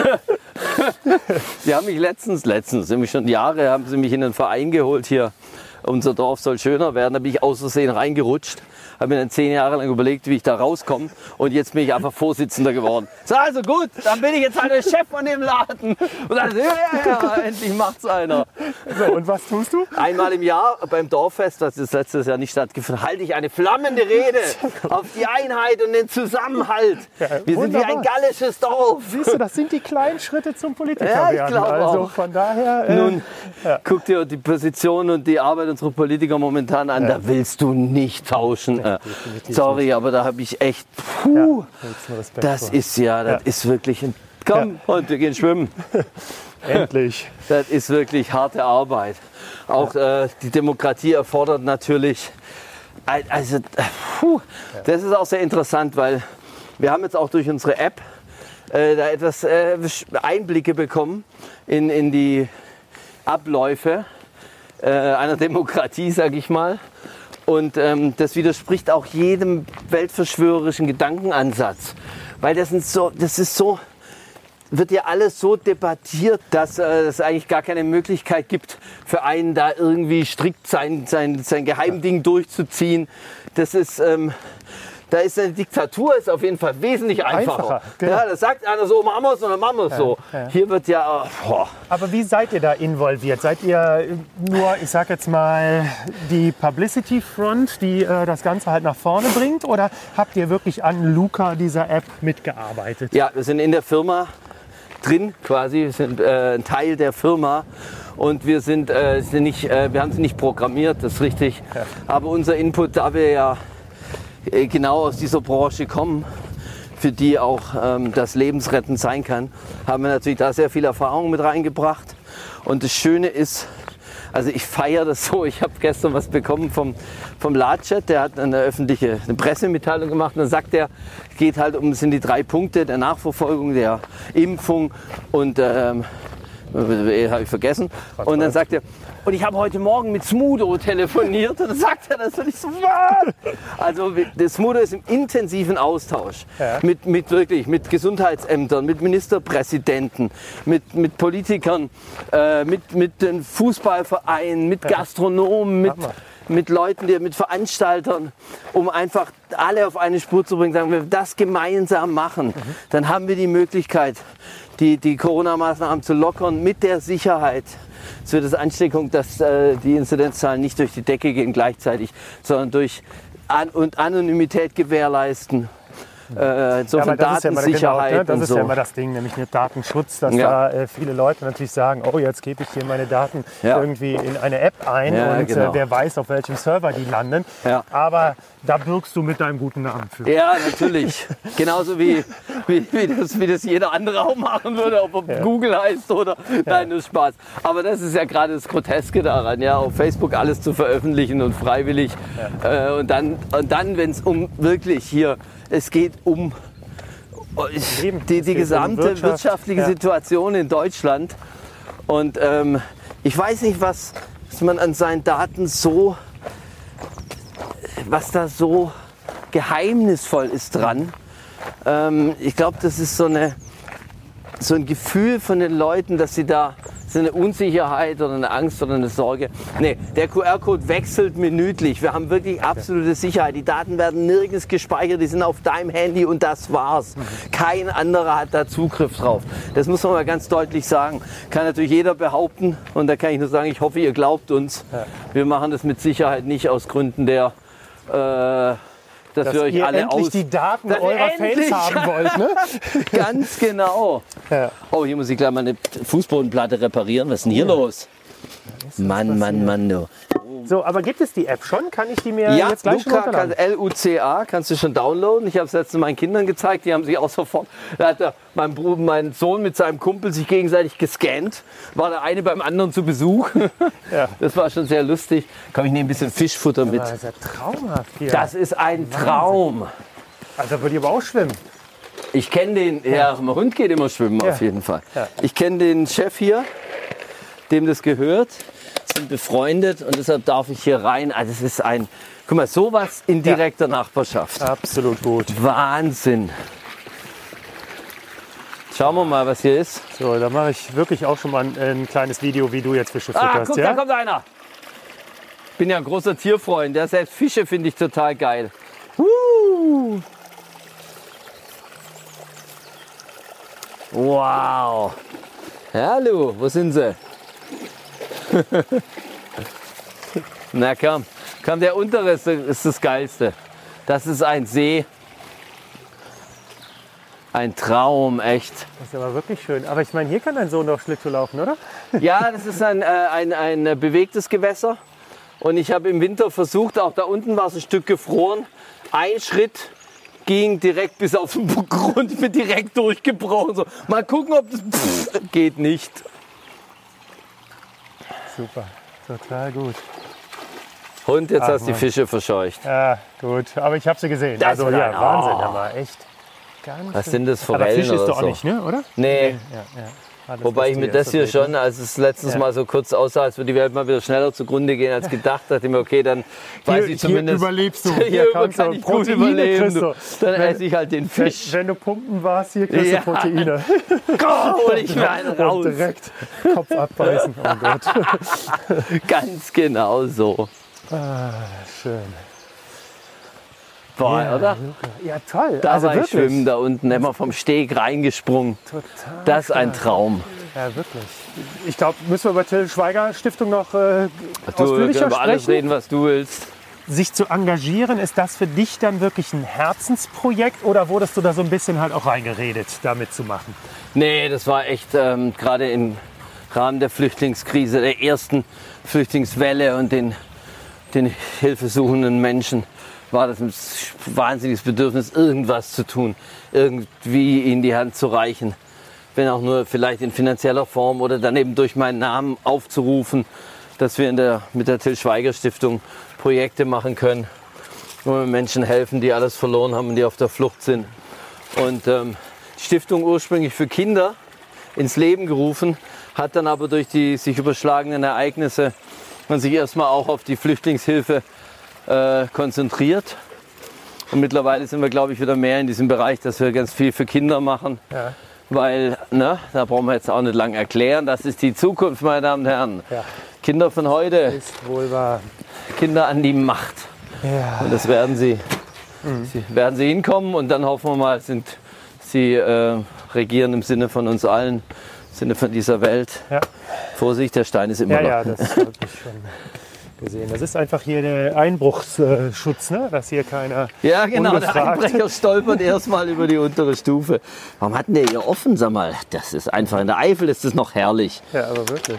Die haben mich letztens, letztens, nämlich schon Jahre, haben sie mich in einen Verein geholt hier, unser Dorf soll schöner werden. Da bin ich aus Versehen reingerutscht, habe mir dann zehn Jahre lang überlegt, wie ich da rauskomme und jetzt bin ich einfach Vorsitzender geworden. So, also gut, dann bin ich jetzt halt der Chef von dem Laden. Und dann, ja, ja, endlich macht's einer. So, und was tust du? Einmal im Jahr beim Dorffest, das ist letztes Jahr nicht stattgefunden, halte ich eine flammende Rede auf die Einheit und den Zusammenhalt. Ja, Wir sind wie ein gallisches Dorf. Siehst du, das sind die kleinen Schritte zum Politiker Ja, ich werden. glaube Also auch. von daher. Äh, Nun, ja. guck dir die Position und die Arbeit unserer Politiker momentan an, Ja. da willst du nicht tauschen. Nee, Äh, definitiv Sorry, nicht. aber da habe ich echt, puh, Ja, höchsten Respekt das vor. ist ja, das Ja. ist wirklich ein, komm, und wir gehen schwimmen. Endlich. Das ist wirklich harte Arbeit. Auch äh, die Demokratie erfordert natürlich, ein- also, äh, puh, das ist auch sehr interessant, weil wir haben jetzt auch durch unsere App äh, da etwas äh, Einblicke bekommen in, in die Abläufe äh, einer Demokratie, sage ich mal. Und ähm, das widerspricht auch jedem weltverschwörerischen Gedankenansatz, weil das, sind so, das ist so, wird ja alles so debattiert, dass äh, es eigentlich gar keine Möglichkeit gibt, für einen da irgendwie strikt sein, sein, sein Geheimding durchzuziehen. Das ist, ähm, da ist eine Diktatur ist auf jeden Fall wesentlich einfacher. Einfacher, genau. Ja, das sagt einer so, machen wir es und dann machen wir es so. ja. Hier wird ja, äh, boah. Aber wie seid ihr da involviert? Seid ihr nur, ich sag jetzt mal, die Publicity Front, die äh, das Ganze halt nach vorne bringt? Oder habt ihr wirklich an Luca, dieser App, mitgearbeitet? Ja, wir sind in der Firma drin quasi, wir sind äh, ein Teil der Firma und wir sind, äh, sind nicht, äh, wir haben sie nicht programmiert, das ist richtig. Ja. Aber unser Input, da wir ja äh, genau aus dieser Branche kommen, für die auch ähm, das lebensrettend sein kann, haben wir natürlich da sehr viel Erfahrung mit reingebracht. Und das Schöne ist, also ich feiere das so, ich habe gestern was bekommen vom, vom Latschet, der hat eine öffentliche eine Pressemitteilung gemacht und dann sagt er, es geht halt um, sind die drei Punkte der Nachverfolgung, der Impfung und, ähm, habe ich vergessen. Und dann sagt er, und ich habe heute Morgen mit Smudo telefoniert und dann sagt er das und ich so, was? Also das Smudo ist im intensiven Austausch Ja. mit, mit wirklich, mit Gesundheitsämtern, mit Ministerpräsidenten, mit, mit Politikern, äh, mit, mit den Fußballvereinen, mit Gastronomen, mit, Hammer. mit Leuten, die, mit Veranstaltern, um einfach alle auf eine Spur zu bringen. Sagen wir, das gemeinsam machen, dann haben wir die Möglichkeit, die, die Corona-Maßnahmen zu lockern mit der Sicherheit, es wird das Ansteckung, dass äh, die Inzidenzzahlen nicht durch die Decke gehen gleichzeitig, sondern durch An- und Anonymität gewährleisten. Äh, so Ja, von aber das ist ja immer, genau, Datensicherheit ne? Das und ist so. ja immer das Ding, nämlich mit Datenschutz, dass Ja. da äh, viele Leute natürlich sagen, oh, jetzt gebe ich hier meine Daten Ja. irgendwie in eine App ein Ja, und genau. äh, wer weiß, auf welchem Server die landen. Ja. Aber da bürgst du mit deinem guten Namen für. Ja, natürlich. Genauso wie, wie, wie, das, wie das jeder andere auch machen würde, ob er Google heißt oder nein, nur Spaß. Aber das ist ja gerade das Groteske daran, ja, auf Facebook alles zu veröffentlichen und freiwillig. Äh, und dann, und dann wenn es um wirklich hier, es geht um Eben, die, es die geht um gesamte Wirtschaft, wirtschaftliche ja. Situation in Deutschland. Und ähm, ich weiß nicht, was, was man an seinen Daten so, was da so geheimnisvoll ist dran. Ähm, ich glaube, das ist so, eine, so ein Gefühl von den Leuten, dass sie da so eine Unsicherheit oder eine Angst oder eine Sorge. Nee, der Q R-Code wechselt minütlich. Wir haben wirklich absolute Sicherheit. Die Daten werden nirgends gespeichert, die sind auf deinem Handy und das war's. Kein anderer hat da Zugriff drauf. Das muss man mal ganz deutlich sagen. Kann natürlich jeder behaupten und da kann ich nur sagen, ich hoffe, ihr glaubt uns. Wir machen das mit Sicherheit nicht aus Gründen der äh, dass, Dass wir euch ihr alle endlich aus... die Daten Dass ihr eurer endlich- Fans haben wollt, ne? Ganz genau. Ja. Oh, hier muss ich gleich mal eine Fußbodenplatte reparieren. Was ist denn hier los? Mann, Mann, Mann, du. So, aber gibt es die App schon? Kann ich die mir Ja, jetzt gleich schon Luca, kann, runterladen? L U C A, kannst du schon downloaden. Ich habe es letztens meinen Kindern gezeigt, die haben sich auch sofort, da hat der, mein, Bruder, mein Sohn mit seinem Kumpel sich gegenseitig gescannt. War der eine beim anderen zu Besuch. Ja. Das war schon sehr lustig. Komm, ich nehme ein bisschen Fischfutter mit. Das ist ja traumhaft hier. Das ist ein Traum. Also da würde ich aber auch schwimmen. Ich kenne den, ja, mein Hund geht immer schwimmen Ja. auf jeden Fall. Ja. Ich kenne den Chef hier, dem das gehört, sind befreundet und deshalb darf ich hier rein. Also es ist ein, guck mal, sowas in direkter Nachbarschaft. Absolut gut. Wahnsinn. Schauen wir mal, was hier ist. So, da mache ich wirklich auch schon mal ein, ein kleines Video, wie du jetzt Fische Ah, fütterst. guck, ja? da kommt einer. bin ja ein großer Tierfreund. Ja, selbst Fische finde ich total geil. Uh. Wow. Hallo, wo sind sie? Na komm, komm, der untere ist, ist das Geilste. Das ist ein See. Ein Traum, echt. Das ist aber wirklich schön. Aber ich meine, hier kann dein Sohn doch Schlittschuh laufen, oder? Ja, das ist ein, äh, ein, ein bewegtes Gewässer. Und ich habe im Winter versucht, auch da unten war es ein Stück gefroren. Ein Schritt ging direkt bis auf den Grund, ich bin direkt durchgebrochen. So, mal gucken, ob das pff, geht nicht. Super, total gut. Und jetzt Ach, hast du die Mann. Fische verscheucht. Ja, gut. Aber ich habe sie gesehen. Das also ist ja, ein- Wahnsinn, oh. aber echt. Ganz Was schön. sind das, Aber Forellen Fisch ist oder doch auch so? nicht, ne? Oder? Nee. Ja, ja. Alles Wobei ich mir lustig, das hier ist okay, schon, als es letztens Ja. mal so kurz aussah, als würde die Welt mal wieder schneller zugrunde gehen als gedacht, dachte ich mir, okay, dann weiß Hier- ich zumindest. hier überlebst du. Hier, Hier über- kannst du kann ich gut Proteine überleben. kriegst Du. du. Dann Wenn- esse ich halt den Wenn, Fisch. wenn du pumpen warst, hier kriegst Ja. du Proteine. Hol ich mir einen Und raus. direkt Kopf abbeißen. Oh Gott. Ganz genau so. Ah, schön. Boah, Ja, oder? super. Ja, toll. Da also war ich wirklich. schwimmen da unten, immer vom Steg reingesprungen. Total Das ist ein stark. Traum. Ja, wirklich. Ich glaube, müssen wir über Till Schweiger Stiftung noch äh, Du, wir können ausführlicher über alles sprechen. reden, was du willst. Sich zu engagieren, ist das für dich dann wirklich ein Herzensprojekt oder wurdest du da so ein bisschen halt auch reingeredet, damit zu machen? Nee, das war echt ähm, gerade im Rahmen der Flüchtlingskrise, der ersten Flüchtlingswelle und den, den hilfesuchenden Menschen, war das ein wahnsinniges Bedürfnis, irgendwas zu tun, irgendwie ihnen die Hand zu reichen. Wenn auch nur vielleicht in finanzieller Form oder dann eben durch meinen Namen aufzurufen, dass wir in der, mit der Till Schweiger Stiftung Projekte machen können, wo wir Menschen helfen, die alles verloren haben und die auf der Flucht sind. Und ähm, die Stiftung ursprünglich für Kinder ins Leben gerufen, hat dann aber durch die sich überschlagenen Ereignisse man sich erstmal auch auf die Flüchtlingshilfe äh, konzentriert. Und mittlerweile sind wir, glaube ich, wieder mehr in diesem Bereich, dass wir ganz viel für Kinder machen. Ja. Weil, ne, da brauchen wir jetzt auch nicht lang erklären, das ist die Zukunft, meine Damen und Herren. Ja. Kinder von heute, Ist wohl wahr. Kinder an die Macht. Ja. Und das werden sie, sie werden sie hinkommen und dann hoffen wir mal, sind sie äh, regieren im Sinne von uns allen, im Sinne von dieser Welt. Ja. Vorsicht, der Stein ist immer Ja, noch. ja, das habe ich schon gesehen. Das ist einfach hier der Einbruchsschutz, ne? Dass hier keiner Ja, genau, der ungefragt- Einbrecher stolpert erstmal über die untere Stufe. Warum hatten der hier offen, sag mal? Das ist einfach, in der Eifel ist es noch herrlich. Ja, aber wirklich.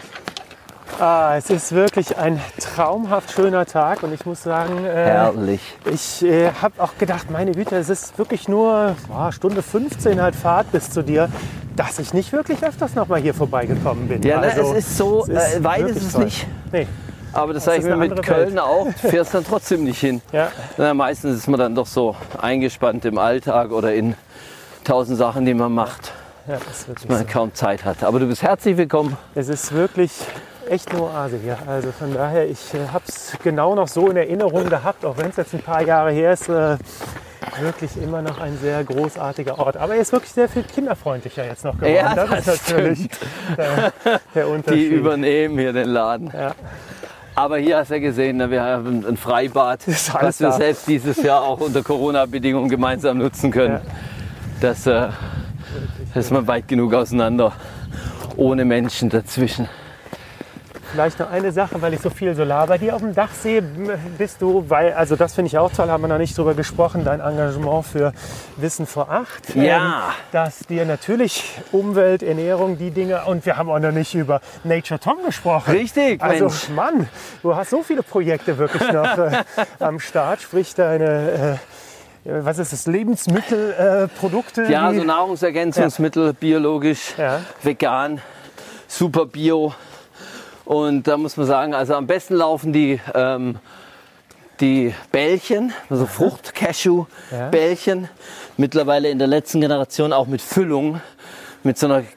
Ah, es ist wirklich ein traumhaft schöner Tag und ich muss sagen, äh, Herrlich. ich äh, habe auch gedacht, meine Güte, es ist wirklich nur oh, Stunde fünfzehn halt Fahrt bis zu dir, dass ich nicht wirklich öfters noch mal hier vorbeigekommen bin. Ja, ne, Also, es ist so, es ist äh, weit wirklich ist es toll. nicht. Nee, Aber das Das sage ist ich mir eine mit andere Köln auch, du fährst dann trotzdem nicht hin. ja, Na, meistens ist man dann doch so eingespannt im Alltag oder in tausend Sachen, die man macht, ja, ist wirklich man so. kaum Zeit hat. Aber du bist herzlich willkommen. Es ist wirklich echt eine Oase hier. Also von daher, ich äh, habe es genau noch so in Erinnerung gehabt, auch wenn es jetzt ein paar Jahre her ist. Äh, wirklich immer noch ein sehr großartiger Ort. Aber er ist wirklich sehr viel kinderfreundlicher jetzt noch geworden. Ja, das, das ist natürlich der, der Die Unterschied. übernehmen hier den Laden. Ja. Aber hier hast du ja gesehen, ne, wir haben ein Freibad, Ist alles was wir da. selbst dieses Jahr auch unter Corona-Bedingungen gemeinsam nutzen können. Ja. Das, äh, das ist man weit genug auseinander, ohne Menschen dazwischen. Vielleicht noch eine Sache, weil ich so viel Solar bei dir auf dem Dach sehe, bist du, weil, also das finde ich auch toll, haben wir noch nicht drüber gesprochen, dein Engagement für Wissen vor acht. Ja. Ähm, dass dir natürlich Umwelt, Ernährung, die Dinge, und wir haben auch noch nicht über Nature Tom gesprochen. Richtig, Also Mensch. Mann, du hast so viele Projekte wirklich noch äh, am Start, sprich deine, äh, was ist das, Lebensmittelprodukte? Äh, Produkte, Ja, die- so Nahrungsergänzungsmittel, biologisch, Ja. vegan, super bio. Und da muss man sagen, also am besten laufen die, ähm, die Bällchen, also Frucht, Cashew, Ja. Bällchen. Mittlerweile in der letzten Generation auch mit Füllung, mit so einer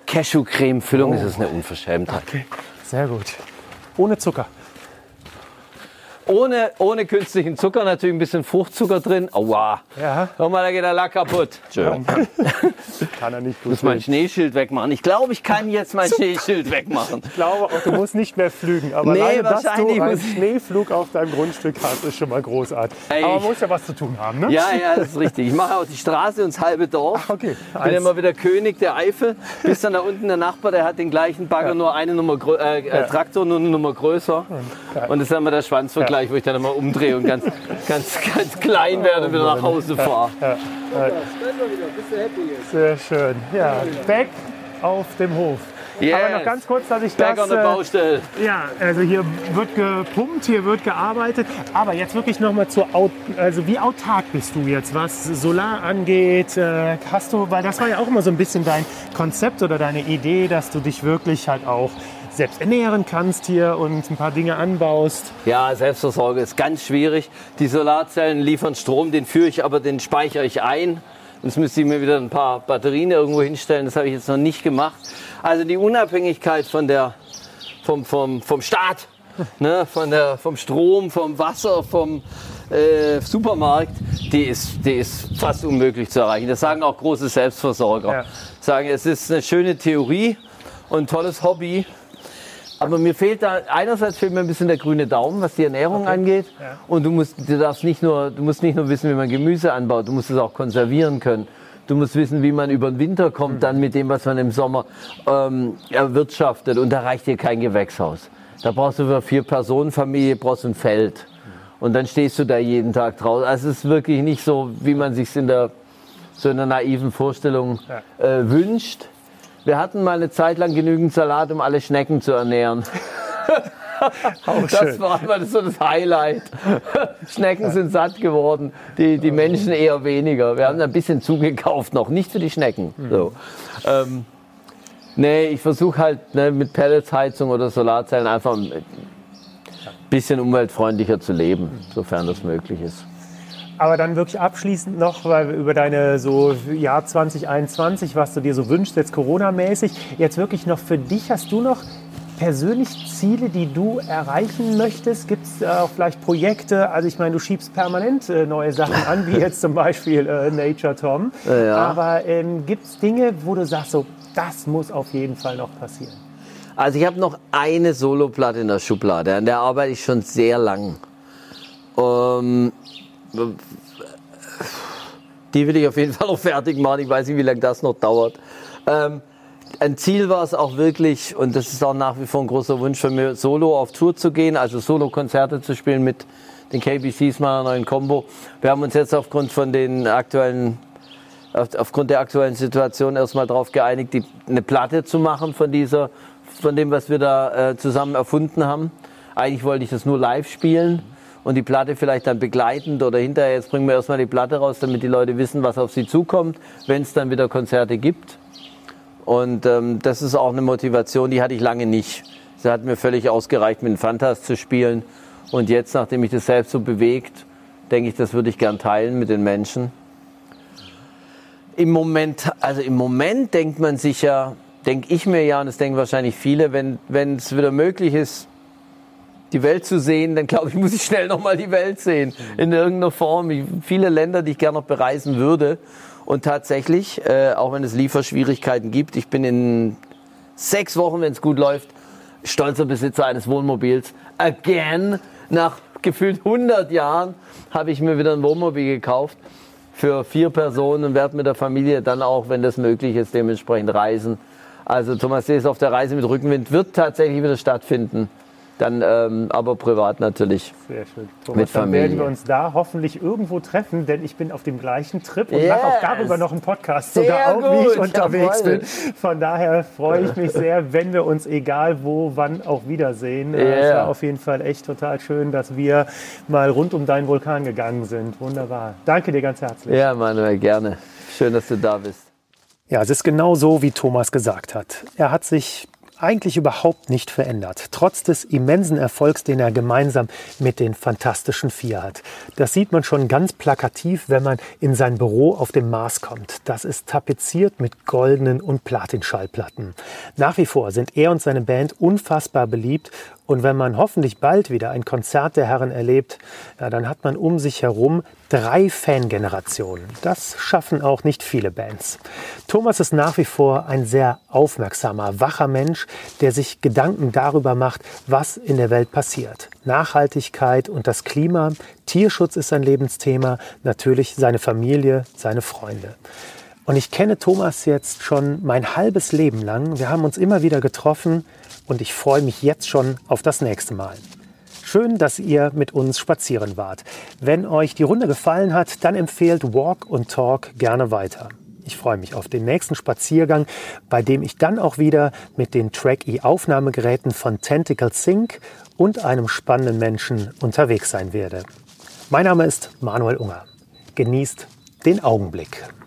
Cashew-Creme-Füllung. Oh. Das ist eine Unverschämtheit. Okay, sehr gut. Ohne Zucker. Ohne, ohne künstlichen Zucker, natürlich ein bisschen Fruchtzucker drin. Aua. Ja. Hör mal, da geht der Lack kaputt. Ja. Kann er nicht gut. Ich muss mein Schneeschild wegmachen. Ich glaube, ich kann jetzt mein Schneeschild wegmachen. Ich glaube auch, du musst nicht mehr flügen. Aber Nee, alleine, dass du wahrscheinlich einen muss ich- Schneeflug auf deinem Grundstück hast, ist schon mal großartig. Ey, Aber ich- man muss ja was zu tun haben, ne? Ja, ja, das ist richtig. Ich mache auch die Straße und das halbe Dorf. Ach, okay. Bin Eins. immer wieder König der Eifel. Bis dann da unten der Nachbar, der hat den gleichen Bagger, Ja. nur eine Nummer grö- äh, äh, Ja. Traktor, nur eine Nummer größer. Ja. Und das ist immer der Schwanzvergleich, wo ich dann immer umdrehe und ganz, ganz, ganz klein werde und wieder nach Hause fahre. Sehr schön. Ja, back auf dem Hof. Yes. Aber noch ganz kurz, dass ich Back das... on the äh, Baustelle. Ja, also hier wird gepumpt, hier wird gearbeitet. Aber jetzt wirklich noch mal zur Aut also wie autark bist du jetzt, was Solar angeht? Äh, hast du, weil das war ja auch immer so ein bisschen dein Konzept oder deine Idee, dass du dich wirklich halt auch selbst ernähren kannst hier und ein paar Dinge anbaust. Ja, Selbstversorge ist ganz schwierig. Die Solarzellen liefern Strom, den führe ich aber, den speichere ich ein. Jetzt müsste ich mir wieder ein paar Batterien irgendwo hinstellen. Das habe ich jetzt noch nicht gemacht. Also die Unabhängigkeit von der, vom, vom, vom Staat, ne, von der, vom Strom, vom Wasser, vom äh, Supermarkt, die ist, die ist fast unmöglich zu erreichen. Das sagen auch große Selbstversorger. Ja. Sagen, es ist eine schöne Theorie und ein tolles Hobby. Aber mir fehlt da, einerseits fehlt mir ein bisschen der grüne Daumen, was die Ernährung Okay. angeht. Ja. Und du musst, du darfst nicht nur, du musst nicht nur wissen, wie man Gemüse anbaut, du musst es auch konservieren können. Du musst wissen, wie man über den Winter kommt, dann mit dem, was man im Sommer ähm, erwirtschaftet. Und da reicht dir kein Gewächshaus. Da brauchst du für vier Personen Familie, brauchst du ein Feld. Und dann stehst du da jeden Tag draußen. Also es ist wirklich nicht so, wie man sich in der, so in der naiven Vorstellung äh, wünscht. Wir hatten mal eine Zeit lang genügend Salat, um alle Schnecken zu ernähren. Auch Das schön. war mal so das Highlight. Schnecken sind satt geworden, die, die Menschen eher weniger. Wir haben ein bisschen zugekauft noch, nicht für die Schnecken. So. Ähm, nee, ich versuche halt ne, mit Pelletsheizung oder Solarzellen einfach ein bisschen umweltfreundlicher zu leben, sofern das möglich ist. Aber dann wirklich abschließend noch, weil wir über deine so Jahr zwanzig einundzwanzig, was du dir so wünschst, jetzt Corona-mäßig, jetzt wirklich noch für dich, hast du noch persönlich Ziele, die du erreichen möchtest? Gibt es äh, auch vielleicht Projekte? Also ich meine, du schiebst permanent äh, neue Sachen an, wie jetzt zum Beispiel äh, Nature Tom. Ja. Aber ähm, gibt es Dinge, wo du sagst, so, das muss auf jeden Fall noch passieren? Also ich habe noch eine Soloplatte in der Schublade, an der arbeite ich schon sehr lang. Ähm, die will ich auf jeden Fall noch fertig machen. Ich weiß nicht, wie lange das noch dauert. Ähm, ein Ziel war es auch wirklich, und das ist auch nach wie vor ein großer Wunsch von mir, solo auf Tour zu gehen, also Solo-Konzerte zu spielen mit den K B Cs, meiner neuen Combo. Wir haben uns jetzt aufgrund von den aktuellen, auf, aufgrund der aktuellen Situation erstmal darauf geeinigt, die, eine Platte zu machen von dieser, von dem, was wir da äh, zusammen erfunden haben. Eigentlich wollte ich das nur live spielen. Und die Platte vielleicht dann begleitend oder hinterher, jetzt bringen wir erstmal die Platte raus, damit die Leute wissen, was auf sie zukommt, wenn es dann wieder Konzerte gibt. Und ähm, das ist auch eine Motivation, die hatte ich lange nicht. Sie hat mir völlig ausgereicht, mit den Fantas zu spielen. Und jetzt, nachdem mich das selbst so bewegt, denke ich, das würde ich gern teilen mit den Menschen. Im Moment, also im Moment denkt man sich ja, denke ich mir ja, und das denken wahrscheinlich viele, wenn wenn es wieder möglich ist, die Welt zu sehen, dann glaube ich, muss ich schnell nochmal die Welt sehen. In irgendeiner Form. Ich, viele Länder, die ich gerne noch bereisen würde. Und tatsächlich, äh, auch wenn es Lieferschwierigkeiten gibt, ich bin in sechs Wochen, wenn es gut läuft, stolzer Besitzer eines Wohnmobils. Again, nach gefühlt hundert Jahren habe ich mir wieder ein Wohnmobil gekauft für vier Personen und werde mit der Familie dann auch, wenn das möglich ist, dementsprechend reisen. Also Thomas See ist auf der Reise mit Rückenwind, wird tatsächlich wieder stattfinden. Dann ähm, aber privat natürlich. Sehr schön. Thomas, Mit dann Familie. werden wir uns da hoffentlich irgendwo treffen, denn ich bin auf dem gleichen Trip und Yes. mache auch darüber noch einen Podcast, Sehr sogar auch, wie ich gut, unterwegs jawohl. bin. Von daher freue ich mich sehr, wenn wir uns egal wo, wann auch wiedersehen. Äh, Es Yeah. war auf jeden Fall echt total schön, dass wir mal rund um deinen Vulkan gegangen sind. Wunderbar. Danke dir ganz herzlich. Ja, Manuel, gerne. Schön, dass du da bist. Ja, es ist genau so, wie Thomas gesagt hat. Er hat sich eigentlich überhaupt nicht verändert, trotz des immensen Erfolgs, den er gemeinsam mit den Fantastischen Vier hat. Das sieht man schon ganz plakativ, wenn man in sein Büro auf dem Mars kommt. Das ist tapeziert mit goldenen und Platinschallplatten. Nach wie vor sind er und seine Band unfassbar beliebt Und wenn man hoffentlich bald wieder ein Konzert der Herren erlebt, ja, dann hat man um sich herum drei Fangenerationen. Das schaffen auch nicht viele Bands. Thomas ist nach wie vor ein sehr aufmerksamer, wacher Mensch, der sich Gedanken darüber macht, was in der Welt passiert. Nachhaltigkeit und das Klima, Tierschutz ist sein Lebensthema, natürlich seine Familie, seine Freunde. Und ich kenne Thomas jetzt schon mein halbes Leben lang. Wir haben uns immer wieder getroffen und ich freue mich jetzt schon auf das nächste Mal. Schön, dass ihr mit uns spazieren wart. Wenn euch die Runde gefallen hat, dann empfehlt Walk und Talk gerne weiter. Ich freue mich auf den nächsten Spaziergang, bei dem ich dann auch wieder mit den Track-E-Aufnahmegeräten von Tentacle Sync und einem spannenden Menschen unterwegs sein werde. Mein Name ist Manuel Unger. Genießt den Augenblick.